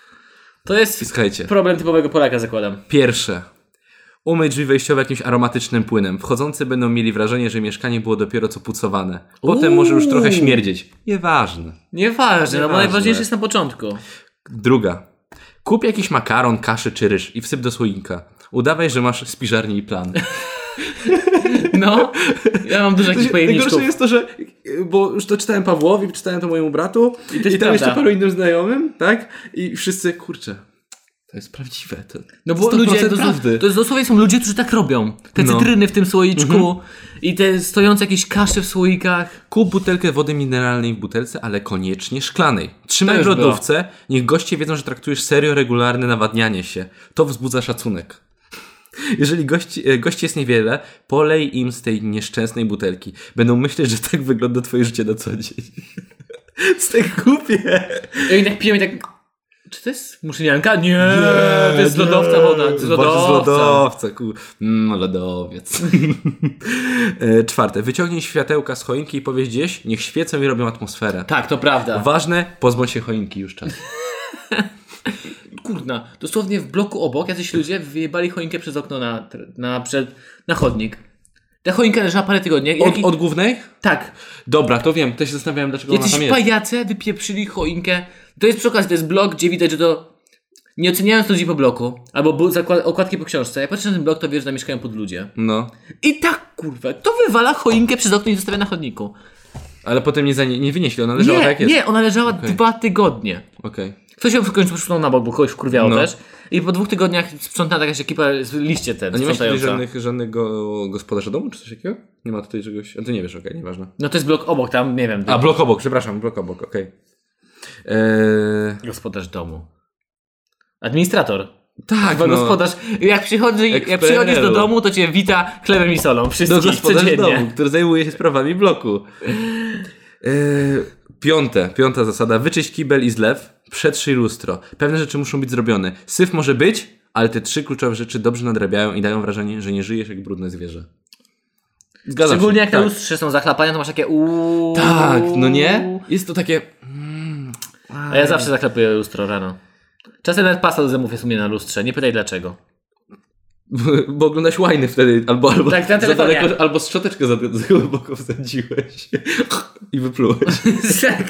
To jest I słuchajcie, problem typowego Polaka, zakładam. pierwsze. Umyj drzwi wejściowe jakimś aromatycznym płynem. Wchodzący będą mieli wrażenie, że mieszkanie było dopiero co pucowane. Potem Uuu. może już trochę śmierdzieć. Nieważne. Nieważne, no bo Nieważne. najważniejsze jest na początku. Druga. Kup jakiś makaron, kaszę czy ryż i wsyp do słoika. Udawaj, że masz spiżarni i plan. No, ja mam dużo jakichś pojemniczków. Najgorsze jest to, że bo już to czytałem Pawłowi, czytałem to mojemu bratu i, jest i tam prawda. jeszcze paru innym znajomym, tak? I wszyscy, kurczę, to jest prawdziwe. To No bo sto procent ludzie, to, prawdy. to jest dosłownie są ludzie, którzy tak robią. Te No. cytryny w tym słoiczku i te stojące jakieś kasze w słoikach. Kup butelkę wody mineralnej w butelce, ale koniecznie szklanej. Trzymaj To w już lodówce, niech goście wiedzą, że traktujesz serio regularne nawadnianie się. To wzbudza szacunek. Jeżeli gości, e, gości jest niewiele, polej im z tej nieszczęsnej butelki. Będą myśleć, że tak wygląda twoje życie na co dzień. To jest tak głupie. I oni tak piją i tak... Czy to jest muszynianka? Nie, to jest z lodowca woda. To jest z Właśnie lodowca. z lodowca. Kur... Mm, lodowiec. E, Czwarte. Wyciągnij światełka z choinki i powiedz gdzieś, niech świecą i robią atmosferę. Tak, to prawda. Ważne, pozbądź się choinki już czas. Kurna, dosłownie w bloku obok jacyś ludzie wyjebali choinkę przez okno na, na, przed, na chodnik. Ta choinka leżała parę tygodni. Od, Jaki... od głównej? Tak. Dobra, to wiem. Też się zastanawiałem, dlaczego ona Jacyś tam jest. pajace wypieprzyli choinkę. To jest przy okazji, to jest blok, gdzie widać, że to nie oceniając ludzi po bloku, albo bu- zakład- okładki po książce, jak patrzę na ten blok, to wiesz, że tam mieszkają pod ludzie. No. I tak, kurwa, to wywala choinkę przez okno i zostawia na chodniku. Ale potem nie, za nie, nie wynieśli, ona leżała Nie, tak jak jest. nie, ona leżała Okej. dwa tygodnie. Okej. Ktoś ją w końcu przesunął na bok, bo kogoś wkurwiało No. też. I po dwóch tygodniach sprzątała jakaś ekipa z liście ten, A nie masz tutaj sprzątająca. żadnych, żadnego gospodarza domu, czy coś takiego? Nie ma tutaj czegoś... A ty nie wiesz, okej, nieważne. No to jest blok obok, tam, nie wiem. A, blok obok, przepraszam, blok obok, okej. Eee... Gospodarz domu. Administrator. Tak, Chyba no. gospodarz. Jak, przychodzi, jak Jak w przychodzisz do P R L-u. domu, to cię wita chlebem i solą. Do Wszystkich gospodarz codziennie. domu, który zajmuje się sprawami bloku. Eee... Piąte, piąta zasada. Wyczyść kibel i zlew, przetrzyj lustro. Pewne rzeczy muszą być zrobione. Syf może być, ale te trzy kluczowe rzeczy dobrze nadrabiają i dają wrażenie, że nie żyjesz jak brudne zwierzę. Zgadzam Szczególnie się. jak na tak. lustrze są zachlapania, to masz takie uuu. Tak, no nie? Jest to takie... Mm, A ja zawsze zaklepuję lustro rano. Czasem nawet pasta do zębów jest u mnie na lustrze. Nie pytaj dlaczego. Bo, bo oglądasz łajny wtedy, albo, albo, Tak, na za telefonie. daleko, albo szczoteczkę za, za głęboko wsadziłeś i wyplułeś. Tak.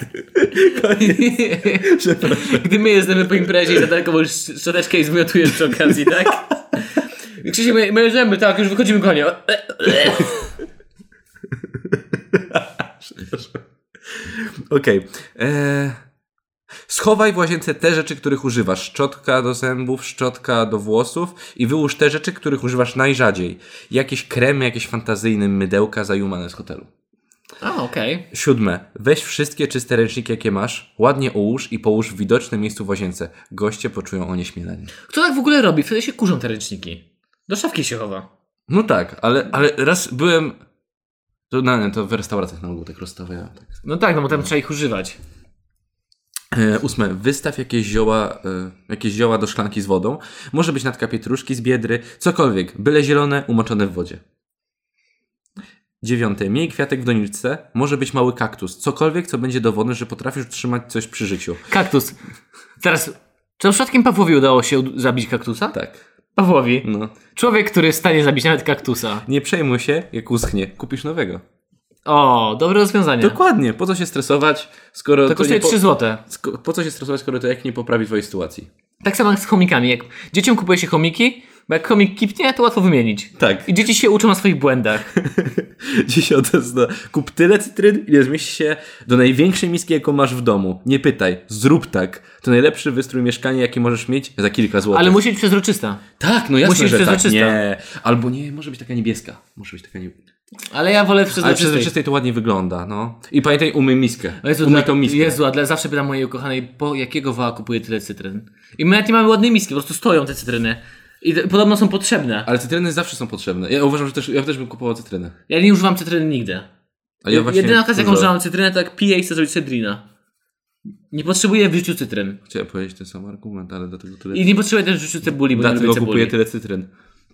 Gdy my jesteśmy po imprezie i za daleko możesz szczoteczkę i zmiotujesz przy okazji, tak? Krzysiu, my, my jedziemy, tak, już wychodzimy kochanie. Okej. Okay. Schowaj w łazience te rzeczy, których używasz. Szczotka do zębów, szczotka do włosów i wyłóż te rzeczy, których używasz najrzadziej. Jakieś kremy, jakieś fantazyjne mydełka zajumane z hotelu. A, okej. Okay. Siódme. Weź wszystkie czyste ręczniki, jakie masz, ładnie ułóż i połóż w widocznym miejscu w łazience. Goście poczują onieśmielenie. Kto tak w ogóle robi? Wtedy się kurzą te ręczniki. Do szafki się chowa. No tak, ale, ale raz byłem... To, no, to w restauracjach na ogół tak rozstawiałem. Tak. No tak, no bo tam trzeba ich używać. E, ósme. Wystaw jakieś zioła, e, jakieś zioła do szklanki z wodą. Może być natka pietruszki z biedry, cokolwiek, byle zielone, umoczone w wodzie. Dziewiąte. Miej kwiatek w doniczce. Może być mały kaktus. Cokolwiek, co będzie dowodem, że potrafisz utrzymać coś przy życiu. Kaktus. Teraz, czy przypadkiem Pawłowi udało się zabić kaktusa? Tak. Pawłowi. No. Człowiek, który jest w stanie zabić nawet kaktusa. Nie przejmuj się, jak uschnie. Kupisz nowego. O, dobre rozwiązanie. Dokładnie. Po co się stresować, skoro To to kosztuje nie po... trzy złote. Sko- po co się stresować, skoro to jak nie poprawi twojej sytuacji? Tak samo jak z chomikami. Jak dzieciom kupuje się chomiki, bo jak chomik kipnie, to łatwo wymienić. Tak. I dzieci się uczą na swoich błędach. Dziesiąte. Kup tyle cytryn, ile zmieści się do największej miski, jaką masz w domu. Nie pytaj. Zrób tak. To najlepszy wystrój mieszkania, jaki możesz mieć za kilka złotych. Ale musi być przezroczysta. Tak, no jasne, musi być że tak. przezroczysta. Nie. Albo nie, może być taka niebieska. Może być taka niebieska. Ale ja wolę Ale przezroczystej. przezroczystej to ładnie wygląda, no. I pamiętaj, umyj miskę. O Jezu, umyj dla, tą miskę. Jezu, a dla, zawsze pytam mojej ukochanej, po jakiego wała kupuje tyle cytryn. I my nawet nie mamy ładnej miski, po prostu stoją te cytryny. I te, podobno są potrzebne. Ale cytryny zawsze są potrzebne. Ja uważam, że też, ja też bym kupował cytrynę. Ja nie używam cytryny nigdy. Ale ja właśnie Jedyna okazja, jaką dużo- używam cytrynę, to jak piję i chcę zrobić cydrina. Nie potrzebuję w życiu cytryn. Chciałem powiedzieć ten sam argument, ale dlatego tyle... I nie potrzebuję też w życiu cebuli, bo nie lubię Dlatego cebuli. kupuję tyle cytryn.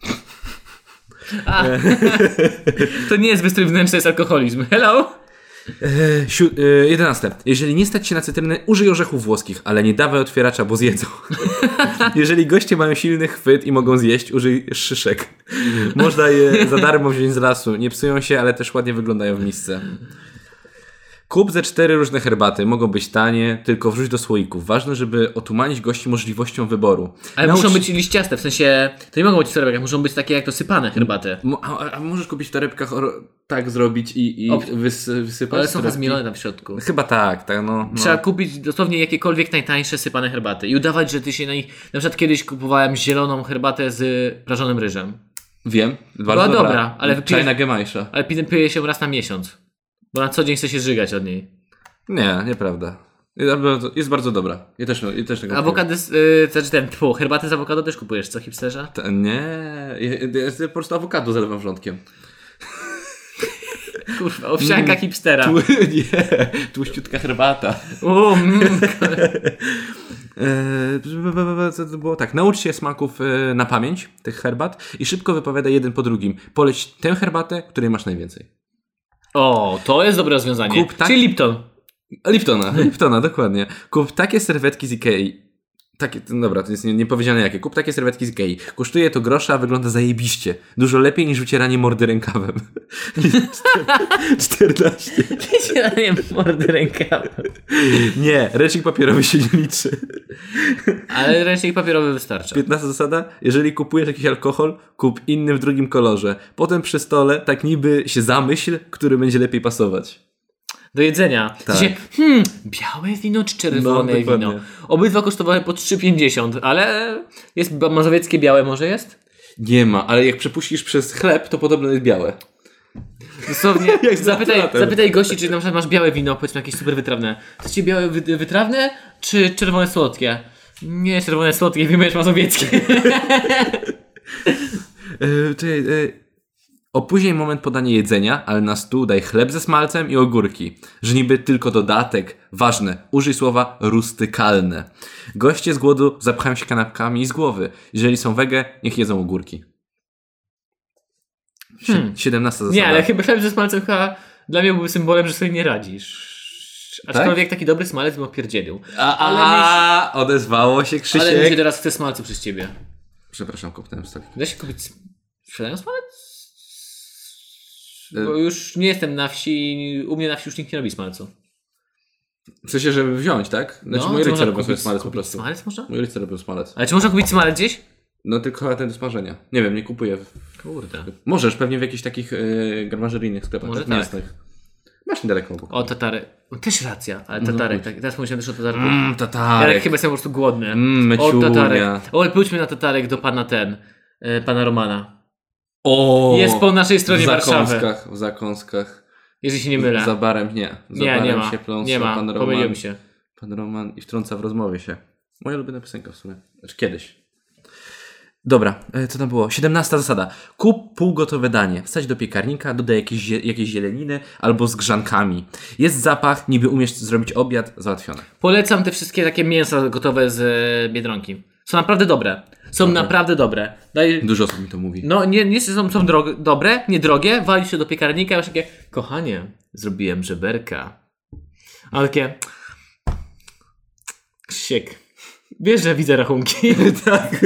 A, to nie jest wystrój wnętrzny, jest alkoholizm. Hello? E, siu, e, jedenaste. Jeżeli nie stać się na cytrynę, użyj orzechów włoskich, ale nie dawaj otwieracza, bo zjedzą. Jeżeli goście mają silny chwyt i mogą zjeść, użyj szyszek. Można je za darmo wziąć z lasu. Nie psują się, ale też ładnie wyglądają w misce. Kup ze cztery różne herbaty. Mogą być tanie, tylko wrzuć do słoików. Ważne, żeby otumanić gości możliwością wyboru. Ale Naucz- muszą być liściaste, w sensie, to nie mogą być w torebkach, muszą być takie jak to sypane herbaty. Mo- A, a, a możesz kupić w torebkach oro- tak zrobić i, i Ob- wys, wysypać? Ale są torebki? zmielone tam w środku. Chyba tak, tak no. no. Trzeba kupić dosłownie jakiekolwiek najtańsze sypane herbaty i udawać, że ty się na nich... Na przykład kiedyś kupowałem zieloną herbatę z prażonym ryżem. Wiem, bardzo Była dobra. dobra, ale wypijesz- Czajna gemajsza. Ale pi- piję się raz na miesiąc. Bo na co dzień chcę się żygać od niej. Nie, nieprawda. Jest bardzo, jest bardzo dobra. Ja też, ja też tego Awokado, yy, znaczy ten, tfu, herbatę z awokado też kupujesz, co hipsterze? T- Nie, ja, ja, ja po prostu awokado zalewam wrzątkiem. Kurwa, owsianka hipstera. Tł- nie, tłuściutka herbata. U, mm. Eee, co to było? Tak, naucz się smaków e, na pamięć tych herbat i szybko wypowiadaj jeden po drugim. Poleć tę herbatę, której masz najwięcej. O, to jest dobre rozwiązanie. Kup tak- Czyli Lipton. Liptona, Liptona, dokładnie. Kup takie serwetki z Ikei. Takie, no dobra, to jest nie- niepowiedziane jakie. Kup takie serwetki z Ikei. Kosztuje to grosza, a wygląda zajebiście. Dużo lepiej niż wycieranie mordy rękawem. czternaście. Wiecie, nie mordy rękawem. Nie, ręcznik papierowy się nie liczy. Ale ręcznik papierowy wystarcza. piętnasta zasada. Jeżeli kupujesz jakiś alkohol, kup inny w drugim kolorze. Potem przy stole tak niby się zamyśl, który będzie lepiej pasować. Do jedzenia. Tak. W sensie, hmm, białe wino czy czerwone No, wino? dokładnie. Obydwa kosztowały po trzy pięćdziesiąt, ale jest mazowieckie białe może jest? Nie ma, ale jak przepuścisz przez chleb, to podobno jest białe. Dosłownie, Jak z zapytaj, naturatem. zapytaj gości, czy na przykład masz białe wino, powiedzmy jakieś super wytrawne. Chcecie białe wy, wytrawne, czy czerwone słodkie? Nie, czerwone słodkie, wymieniasz mazowieckie. Yy, czekaj, yy. Opóźnij moment podania jedzenia, ale na stół daj chleb ze smalcem i ogórki. Że niby tylko dodatek. Ważne, użyj słowa rustykalne. Goście z głodu zapchają się kanapkami z głowy. Jeżeli są wege, niech jedzą ogórki. Sie- Hmm. siedemnasta zasada. Nie, ale chyba chleb ze smalcem chyba dla mnie byłby symbolem, że sobie nie radzisz. Aczkolwiek taki dobry smalec bym opierdzielił. A, Ale a, odezwało się Krzysiek. Ale mi się teraz chce smalcu przez ciebie. Przepraszam, kopnąłem stolik. Da się kupić... Sprzedają smalec? Bo już nie jestem na wsi, u mnie na wsi już nikt nie robi smalcu. W sensie, żeby wziąć, tak? Znaczy No, moi czy rodzice można robią kupić- sobie smalec po kupić prostu. Smalec można? Moi rodzice robią smalec. Ale czy można kupić smalec gdzieś? No tylko chyba ten do smażenia. Nie wiem, nie kupuję. Kurde. Możesz, pewnie w jakichś takich yy, garmażeryjnych sklepach. Może tak, tak. mięsnych. Masz niedaleko obok. O, tatarek. O, też racja, ale tatarek. Tak, teraz pomyślałem też o tatarku. Mmm, Ja tatarek. chyba jestem po prostu głodny. Mmm, o, meciunia. tatarek. O, pójdźmy na tatarek do pana ten, e, pana Romana. O, Jest po naszej stronie w Warszawy. zakąskach, w zakąskach. Jeżeli się nie mylę. Za barem nie. Za Nie, barem nie ma. się pląsa Nie ma, pan Roman, pomyliłem się. Pan Roman i wtrąca w rozmowie się. Moja ulubiona piosenka w sumie. Znaczy kiedyś. Dobra, e, co tam było? siedemnasta zasada. Kup półgotowe danie. Wsadź do piekarnika, dodaj jakieś, zie- jakieś zieleniny albo z grzankami. Jest zapach, niby umiesz zrobić obiad, załatwione. Polecam te wszystkie takie mięsa gotowe z e, Biedronki. Są naprawdę dobre. Są naprawdę dobre. Daj... Dużo osób mi to mówi. No, nie, nie są, są drogie, dobre, niedrogie, walisz się do piekarnika i masz takie, kochanie, zrobiłem żeberka. A takie, Krzysiek, wiesz, że widzę rachunki. Tak.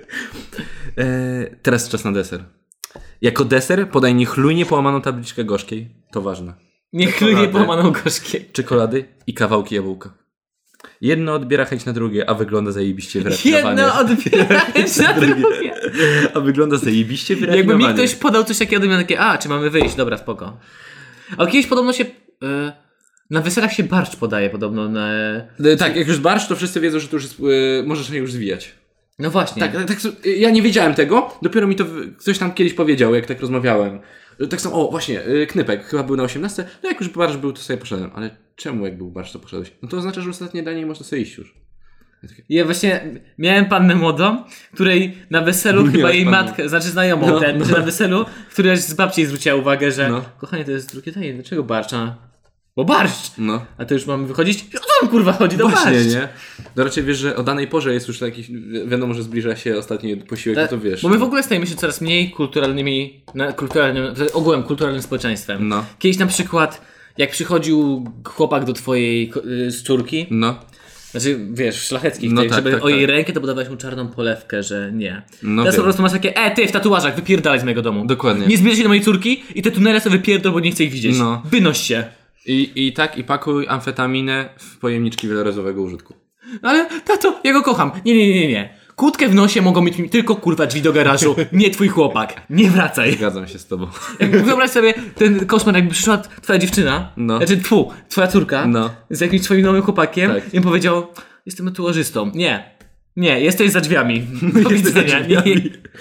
E, teraz czas na deser. Jako deser podaj niechlujnie połamaną tabliczkę gorzkiej. To ważne. Nie chlunie połamaną gorzkie. Czekolady i kawałki jabłka. Jedno odbiera chęć na drugie, a wygląda zajebiście wyrafinowanie. Jedno odbiera chęć na drugie. A wygląda zajebiście Jakby wyrafinowanie. mi ktoś podał coś takiego, to miał takie, a, czy mamy wyjść? Dobra, spoko. Ale kiedyś podobno się, e, na weselach się barszcz podaje podobno. Na... E, Tak, jak już barszcz, to wszyscy wiedzą, że to już jest, e, możesz się już zwijać. No właśnie. Tak, tak, tak, ja nie wiedziałem tego, dopiero mi to w- ktoś tam kiedyś powiedział, jak tak rozmawiałem. Tak samo, o właśnie, y, Knypek, chyba był na osiemnastce, no jak już barsz był, to sobie poszedłem. Ale czemu jak był barsz, to poszedłeś? No to oznacza, że ostatnie danie i można sobie iść już. Ja właśnie miałem pannę młodą, której na weselu chyba Miałeś jej pannę. matkę, znaczy znajomą No, ten, no. że na weselu, któraś z babci jej zwróciła uwagę, że No. kochanie, to jest drugie danie, dlaczego barszcza? Bo barszcz! No. A to już mamy wychodzić? O co tam kurwa chodzi? Do Właśnie, barszcz! nie? No raczej wiesz, że o danej porze jest już jakiś, wi- wiadomo, że zbliża się ostatni posiłek, no to wiesz. Bo my w ogóle stajemy się coraz mniej kulturalnymi, na, kulturalnym, ogółem kulturalnym społeczeństwem. No. Kiedyś na przykład, jak przychodził chłopak do twojej ko- y, z córki, No. znaczy wiesz, szlacheckich, No tych, tak, żeby tak, o jej tak. rękę, to podawałeś mu czarną polewkę, że nie. No Teraz wiem. po prostu masz takie, e ty w tatuażach, wypierdalaj z mojego domu. Dokładnie. Nie zbliżaj się do mojej córki i te tunele sobie wypierdol, bo nie chcę ich widzieć. No. Wynoś się. I, I tak, i pakuj amfetaminę w pojemniczki wielorazowego użytku. Ale tato, ja go kocham. Nie, nie, nie, nie, nie. Kłódkę w nosie mogą mieć mi tylko kurwa drzwi do garażu, nie twój chłopak. Nie wracaj. Zgadzam się z tobą. Jak wyobraź sobie ten koszmar, jakby przyszła twoja dziewczyna, No. znaczy tfu, twoja córka No. z jakimś twoim nowym chłopakiem Tak. i powiedział, jestem tatuażystą. Nie. Nie, jesteś za drzwiami. Do widzenia. Nie, nie.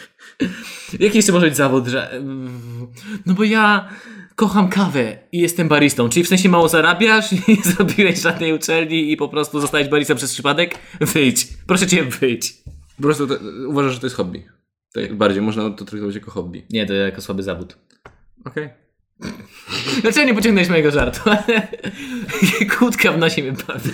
Jaki jeszcze może być zawód, że... No bo ja kocham kawę i jestem baristą. Czyli w sensie mało zarabiasz, nie zrobiłeś żadnej uczelni i po prostu zostałeś baristą przez przypadek? Wyjdź. Proszę cię, wyjdź. Po prostu to, uważasz, że to jest hobby. Tak bardziej można to traktować jako hobby. Nie, to jako słaby zawód. Okej. Dlaczego nie pociągnąłeś mojego żartu? Kłódka w nosie mnie bawi.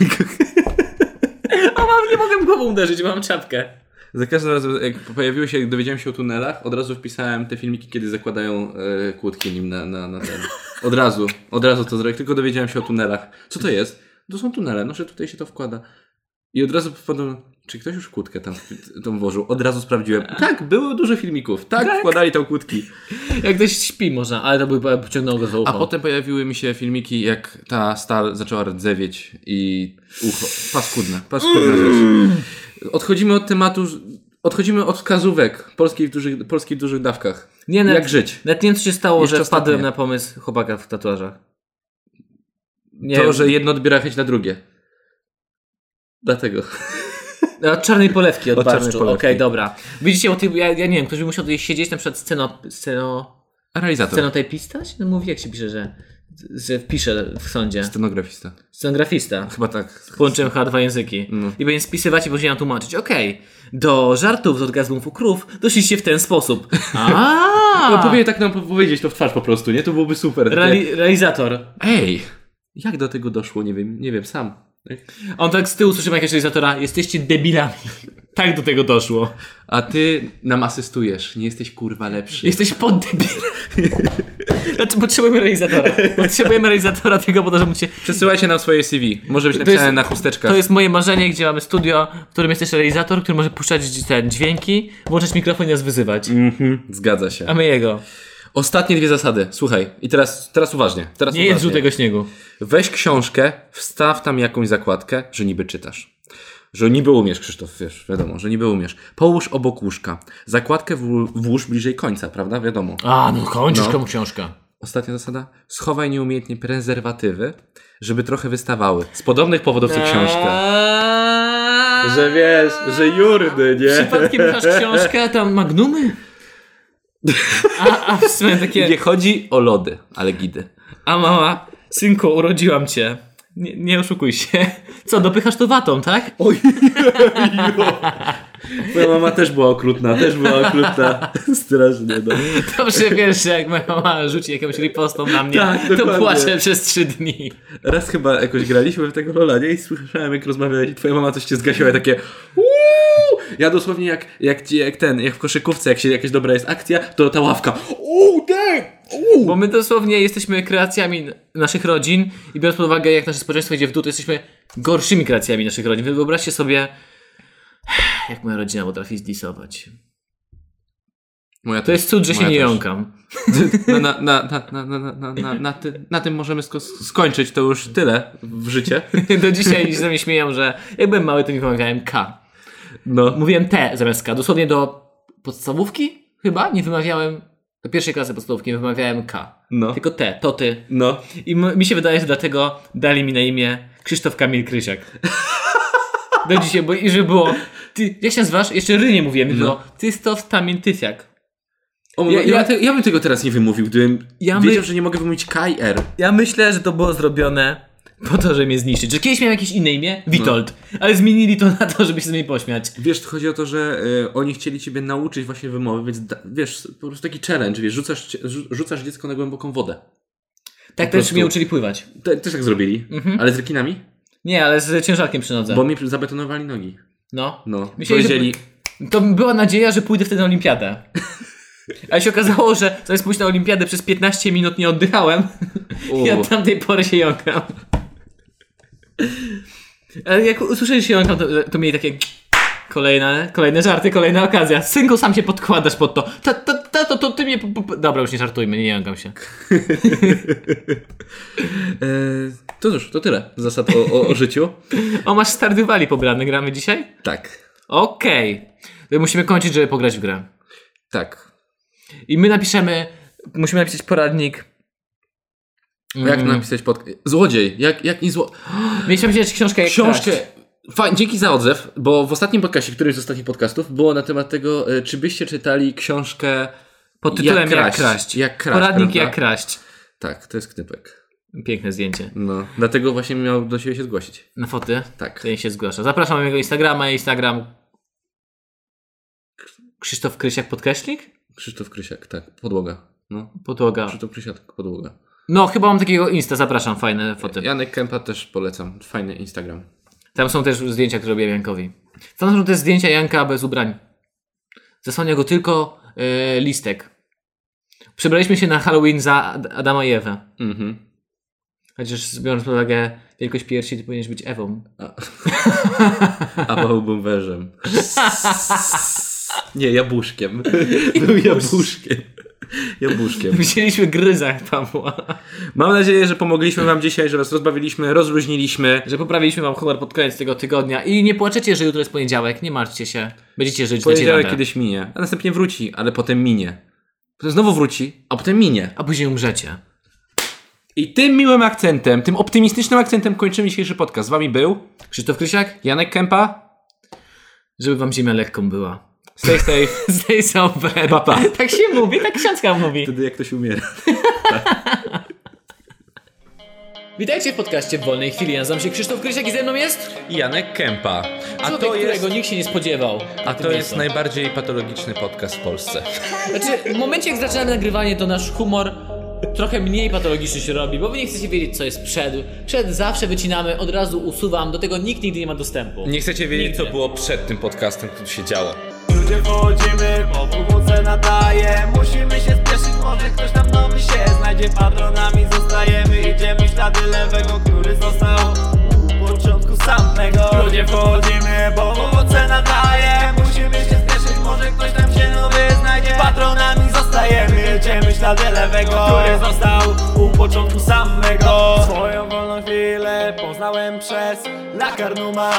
A mam, nie mogę głową uderzyć, mam czapkę. Za każdym razem, jak pojawiły się, jak dowiedziałem się o tunelach, od razu wpisałem te filmiki, kiedy zakładają e, kłódki nim na, na, na ten. Od razu, od razu to zrobiłem, tylko dowiedziałem się o tunelach. Co to jest? To są tunele, no że tutaj się to wkłada. I od razu wpadłem, Czy ktoś już kłódkę tam, tam włożył? Od razu sprawdziłem. Tak, było dużo filmików. Tak, tak. Wkładali tam kłódki. Jak ktoś śpi można, ale to by pociągnął go za ucho. A potem pojawiły mi się filmiki, jak ta stal zaczęła rdzewieć i ucho. Paskudne, paskudna rzecz. Odchodzimy od tematu, odchodzimy od wskazówek polskiej w dużych, polskiej w dużych dawkach. Nie, jak nawet, żyć. Nawet nie wiem, co się stało, Jeszcze że ostatnie. wpadłem na pomysł chłopaka w tatuażach. Nie to, wiem. Że jedno odbiera chęć na drugie. Dlatego. Od czarnej polewki, od, od barszczu. Okej, okay, dobra. Widzicie, o tym, ja, ja nie wiem, ktoś by musiał tutaj siedzieć, na przykład sceno... sceno realizator. Scenotypista? No mówi, jak się pisze, że, że pisze w sądzie. Stenografista. Scenografista. Chyba tak. Połączyłem chyba dwa języki. No. I będzie spisywać i później nam tłumaczyć. Okej, okay, do żartów z orgazmów u krów doszliście w ten sposób. No powinien tak nam powiedzieć to w twarz po prostu, nie? To byłoby super. Reali- realizator. Ej, jak do tego doszło? Nie wiem, nie wiem, sam. On tak z tyłu słyszymy jakiegoś realizatora, jesteście debilami. Tak do tego doszło. A ty nam asystujesz, nie jesteś kurwa lepszy. Jesteś pod debilem. Znaczy, potrzebujemy realizatora. Potrzebujemy realizatora tego, po to, żeby cię... Przesyłajcie nam swoje C V. Może być napisane jest, na chusteczkach. To jest moje marzenie, gdzie mamy studio, w którym jest też realizator, który może puszczać ten dźwięki, włączać mikrofon i nas wyzywać. Mhm, zgadza się. A my jego. Ostatnie dwie zasady. Słuchaj, i teraz, teraz uważnie. Teraz nie jedz żółtego śniegu. Weź książkę, wstaw tam jakąś zakładkę, że niby czytasz. Że niby umiesz, Krzysztof, wiesz, wiadomo, że niby umiesz. Połóż obok łóżka. Zakładkę włóż bliżej końca, prawda? Wiadomo. A, no kończysz no. komu książka. Ostatnia zasada. Schowaj nieumiejętnie prezerwatywy, żeby trochę wystawały. Z podobnych powodów co książkę. Że wiesz, że jurny, nie? Przypadkiem masz książkę, a tam magnumy? A, a w sumie takie... Nie chodzi o lody, ale gidy. A mama, synku, urodziłam cię. Nie, nie oszukuj się. Co, dopychasz to watą, tak? Oj, moja mama też była okrutna, też była okrutna. Strasznie, no. Dobrze wiesz, że jak moja mama rzuci jakąś ripostą na mnie, tak, to płaczę przez trzy dni. Raz chyba jakoś graliśmy w tego rola, nie? I słyszałem, jak rozmawiałeś i twoja mama coś cię zgasiła i takie uuu! Ja dosłownie jak, jak, jak ten, jak w koszykówce, jak się jakaś dobra jest akcja, to ta ławka uuu, dang! Uuu. Bo my dosłownie jesteśmy kreacjami naszych rodzin i biorąc pod uwagę, jak nasze społeczeństwo idzie w dół, to jesteśmy gorszymi kreacjami naszych rodzin. Wy wyobraźcie sobie, jak moja rodzina potrafi zdisować. Moja to jest cud, że się nie jąkam. Na, na, na, na, na, na, na, na, ty, na tym możemy sko- skończyć, to już tyle w życie. Do dzisiaj się mnie śmieją, że jak byłem mały, to nie wymawiałem K. No. Mówiłem T zamiast K. Dosłownie do podstawówki chyba nie wymawiałem, do pierwszej klasy podstawówki nie wymawiałem K. No. Tylko T, to ty. No. I m- mi się wydaje, że dlatego dali mi na imię Krzysztof Kamil Krysiak. Do dzisiaj, bo i że było, ty, jak się nazywasz? Jeszcze ry nie mówiłem, no. Było Krzysztof Kamil Krysiak. O, ja, ja, ja, te, ja bym tego teraz nie wymówił, gdybym ja wiedział, my... że nie mogę wymówić K i R. Ja myślę, że to było zrobione po to, żeby mnie zniszczyć. Że kiedyś miałem jakieś inne imię? Witold. No. Ale zmienili to na to, żeby się z mnie pośmiać. Wiesz, chodzi o to, że y, oni chcieli ciebie nauczyć właśnie wymowy, więc da, wiesz, po prostu taki challenge, wiesz, rzucasz, rzucasz dziecko na głęboką wodę. Tak po też prostu. Mnie uczyli pływać. Te, też tak zrobili? Mhm. Ale z rekinami? Nie, ale z ciężarkiem przy nodze. Bo mi zabetonowali nogi. No. No. Myśleli, Powiedzieli... że... To była nadzieja, że pójdę wtedy na olimpiadę. Ale się okazało, że zamiast pójść na olimpiadę przez piętnaście minut nie oddychałem. I od tamtej pory się jąkam. Ale jak usłyszeli, że się jąkam, to, to mieli takie kolejne, kolejne żarty, kolejna okazja. Synku, sam się podkładasz pod to. To, to, to, to, to ty mnie... Po, po... Dobra, już nie żartujmy, nie jąkam się. e, to już, to tyle zasad o, o, o życiu. O, masz Stardew Valley pobrany, gramy dzisiaj? Tak. Okej. Okay. Musimy kończyć, żeby pograć w grę. Tak. I my napiszemy, musimy napisać poradnik. Jak mm. napisać pod... Złodziej, jak, jak nie zło... Mieliśmy napisać książkę jak Książkę. Fajnie, dzięki za odzew, bo w ostatnim podcastie, którymś z ostatnich podcastów, było na temat tego, czy byście czytali książkę pod tytułem Jak kraść. Jak kraść. Jak kraść Poradnik prawda? Jak kraść. Tak, to jest knypek. Piękne zdjęcie. No, dlatego właśnie miał do siebie się zgłosić. Na foty? Tak. To się zgłasza. Zapraszam na mojego Instagrama, Instagram Krzysztof Krysiak podkreślnik? Krzysztof Krysiak, tak. Podłoga. No. Podłoga. Krzysztof Krysiak, podłoga. No, chyba mam takiego Insta, zapraszam, fajne foty. Janek Kępa też polecam, fajny Instagram. Tam są też zdjęcia, które robiłem Jankowi. Tam są też zdjęcia Janka bez ubrań. Zasłania go tylko yy, listek. Przebraliśmy się na Halloween za Adama i Ewę. Mhm. Chociaż biorąc pod uwagę wielkość piersi, ty powinieneś być Ewą. A, A Paweł był wężem. Nie, jabłuszkiem. Był jabłuszkiem. Jabłuszkiem. Wzięliśmy gryza Pawła. Mam nadzieję, że pomogliśmy wam dzisiaj, że was rozbawiliśmy, rozluźniliśmy. Że poprawiliśmy wam humor pod koniec tego tygodnia. I nie płaczecie, że jutro jest poniedziałek. Nie martwcie się. Będziecie żyć. Poniedziałek kiedyś minie, a następnie wróci, ale potem minie. Potem znowu wróci, a potem minie. A później umrzecie. I tym miłym akcentem, tym optymistycznym akcentem kończymy dzisiejszy podcast. Z wami był Krzysztof Krysiak. Janek Kępa. Żeby wam ziemia lekką była. Stay safe. Stay sober. Pa, pa. Tak się mówi, tak książka mówi. Wtedy jak ktoś umiera. Witajcie w podcaście w wolnej chwili. Ja nazywam się Krzysztof Krysiak i ze mną jest Janek Kępa. A człowiek, to jest, którego nikt się nie spodziewał. a to jest najbardziej patologiczny podcast w Polsce. Znaczy, w momencie jak zaczynamy nagrywanie, to nasz humor trochę mniej patologiczny się robi, bo wy nie chcecie wiedzieć, co jest przed. Przed zawsze wycinamy, od razu usuwam, do tego nikt nigdy nie ma dostępu. Nie chcecie wiedzieć, Nigdy. co było przed tym podcastem, co tu się działo. Ludzie wchodzimy, bo W W C nadaje. Musimy się spieszyć, może ktoś tam nowy się znajdzie. Patronami zostajemy, idziemy w ślady lewego, który został u początku samego. Ludzie wchodzimy, bo W W C nadaje. Musimy się spieszyć, może ktoś tam się nowy znajdzie. Patronami zostajemy, idziemy w ślady lewego, który został u początku samego. Swoją wolną chwilę poznałem przez La Carnuma.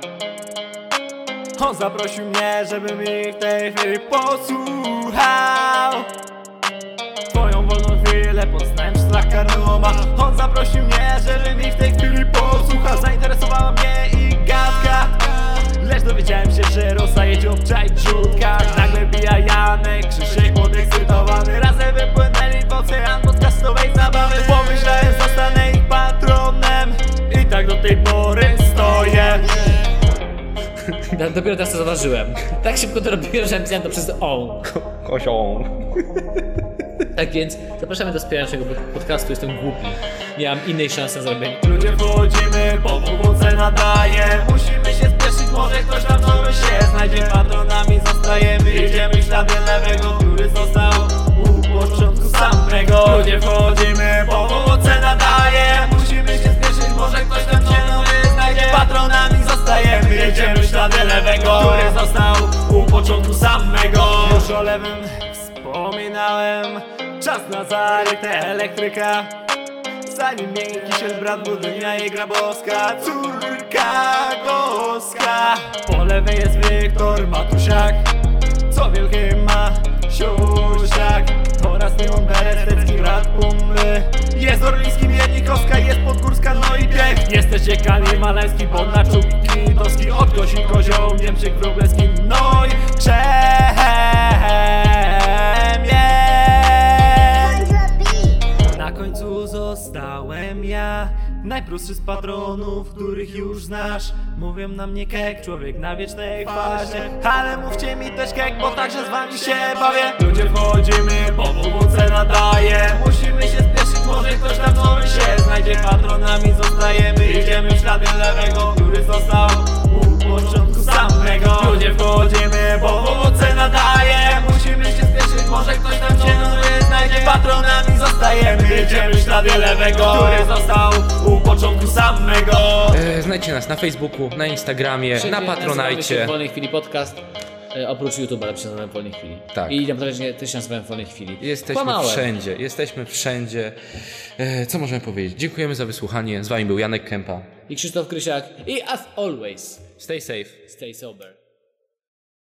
On zaprosił mnie, żebym ich w tej chwili posłuchał. Twoją wolną chwilę poznałem przez La Carnuma. On zaprosił mnie, żebym ich w tej chwili posłuchał. Zainteresowała mnie ich gadka, lecz dowiedziałem się, że rozdaje obczaj żółtka. Nagle bija Janek, Krzysiek podekscytowany. Razem wypłynęli w ocean podcastowej zabawy. Pomyślałem, zostanę ich patronem i tak do tej pory stoję. Ja dopiero teraz to zauważyłem. Tak szybko to robiłem, że napisałem to przez on. Kozią. Tak więc zapraszamy do wspierania naszego podcastu. Jestem głupi. Nie mam innej szansy na zarobienie. Ludzie wchodzimy, bo W W C nadaje. Musimy się spieszyć, może ktoś tam nowy się znajdzie. Patronami zostajemy, idziemy w ślady lewego, który został u początku samego. Ludzie wchodzimy, bo W W C nadaje. Musimy się spieszyć, może ktoś tam się nowy znajdzie. Patronami zostajemy, idziemy w ślady lewego, który został u początku samego. Już o lewym wspominałem, czas na zarytę elektryka. Zanim miękki się brat budynia i grabowska, córka goska. Po lewej jest Wiktor Matusiak, co wielkie ma siusiak. Oraz Tymon Berestecki, brat Pumby. Jest Orliński, Miernikowska, jest Podgórska, no i Piech. Jesteście Kali, Maleński, Bodnaczuk, Kitowski, Odkosin, Kozioł, Niemczyk, Wróblewski, no i Krzemień. Na końcu zostałem ja, najprostszy z patronów, których już znasz. Mówią na mnie kek, człowiek na wiecznej fazie. Ale mówcie mi też kek, bo także z wami się bawię. Ludzie wchodzimy, bo W W C nadaje. Musimy się spieszyć, może ktoś tam nowy się znajdzie. Patronami zostajemy, idziemy w ślady lewego, który został u początku samego. Ludzie wchodzimy, bo W W C nadaje. Musimy się spieszyć, może ktoś tam się nowy znajdzie. Patronami zostajemy, idziemy w ślady lewego, który został u początku samego. E, znajdźcie nas na Facebooku, na Instagramie, Wszędzie na nazywamy się Patronajcie. w wolnej chwili podcast. E, oprócz YouTube'a lepszy się nazywamy w wolnej chwili. Tak. I naprawdę też się nazywamy w wolnej chwili. Jesteśmy Kłamałem. wszędzie, jesteśmy wszędzie. E, co możemy powiedzieć? Dziękujemy za wysłuchanie. Z wami był Janek Kępa. I Krzysztof Krysiak. I as always, Stay safe. stay sober.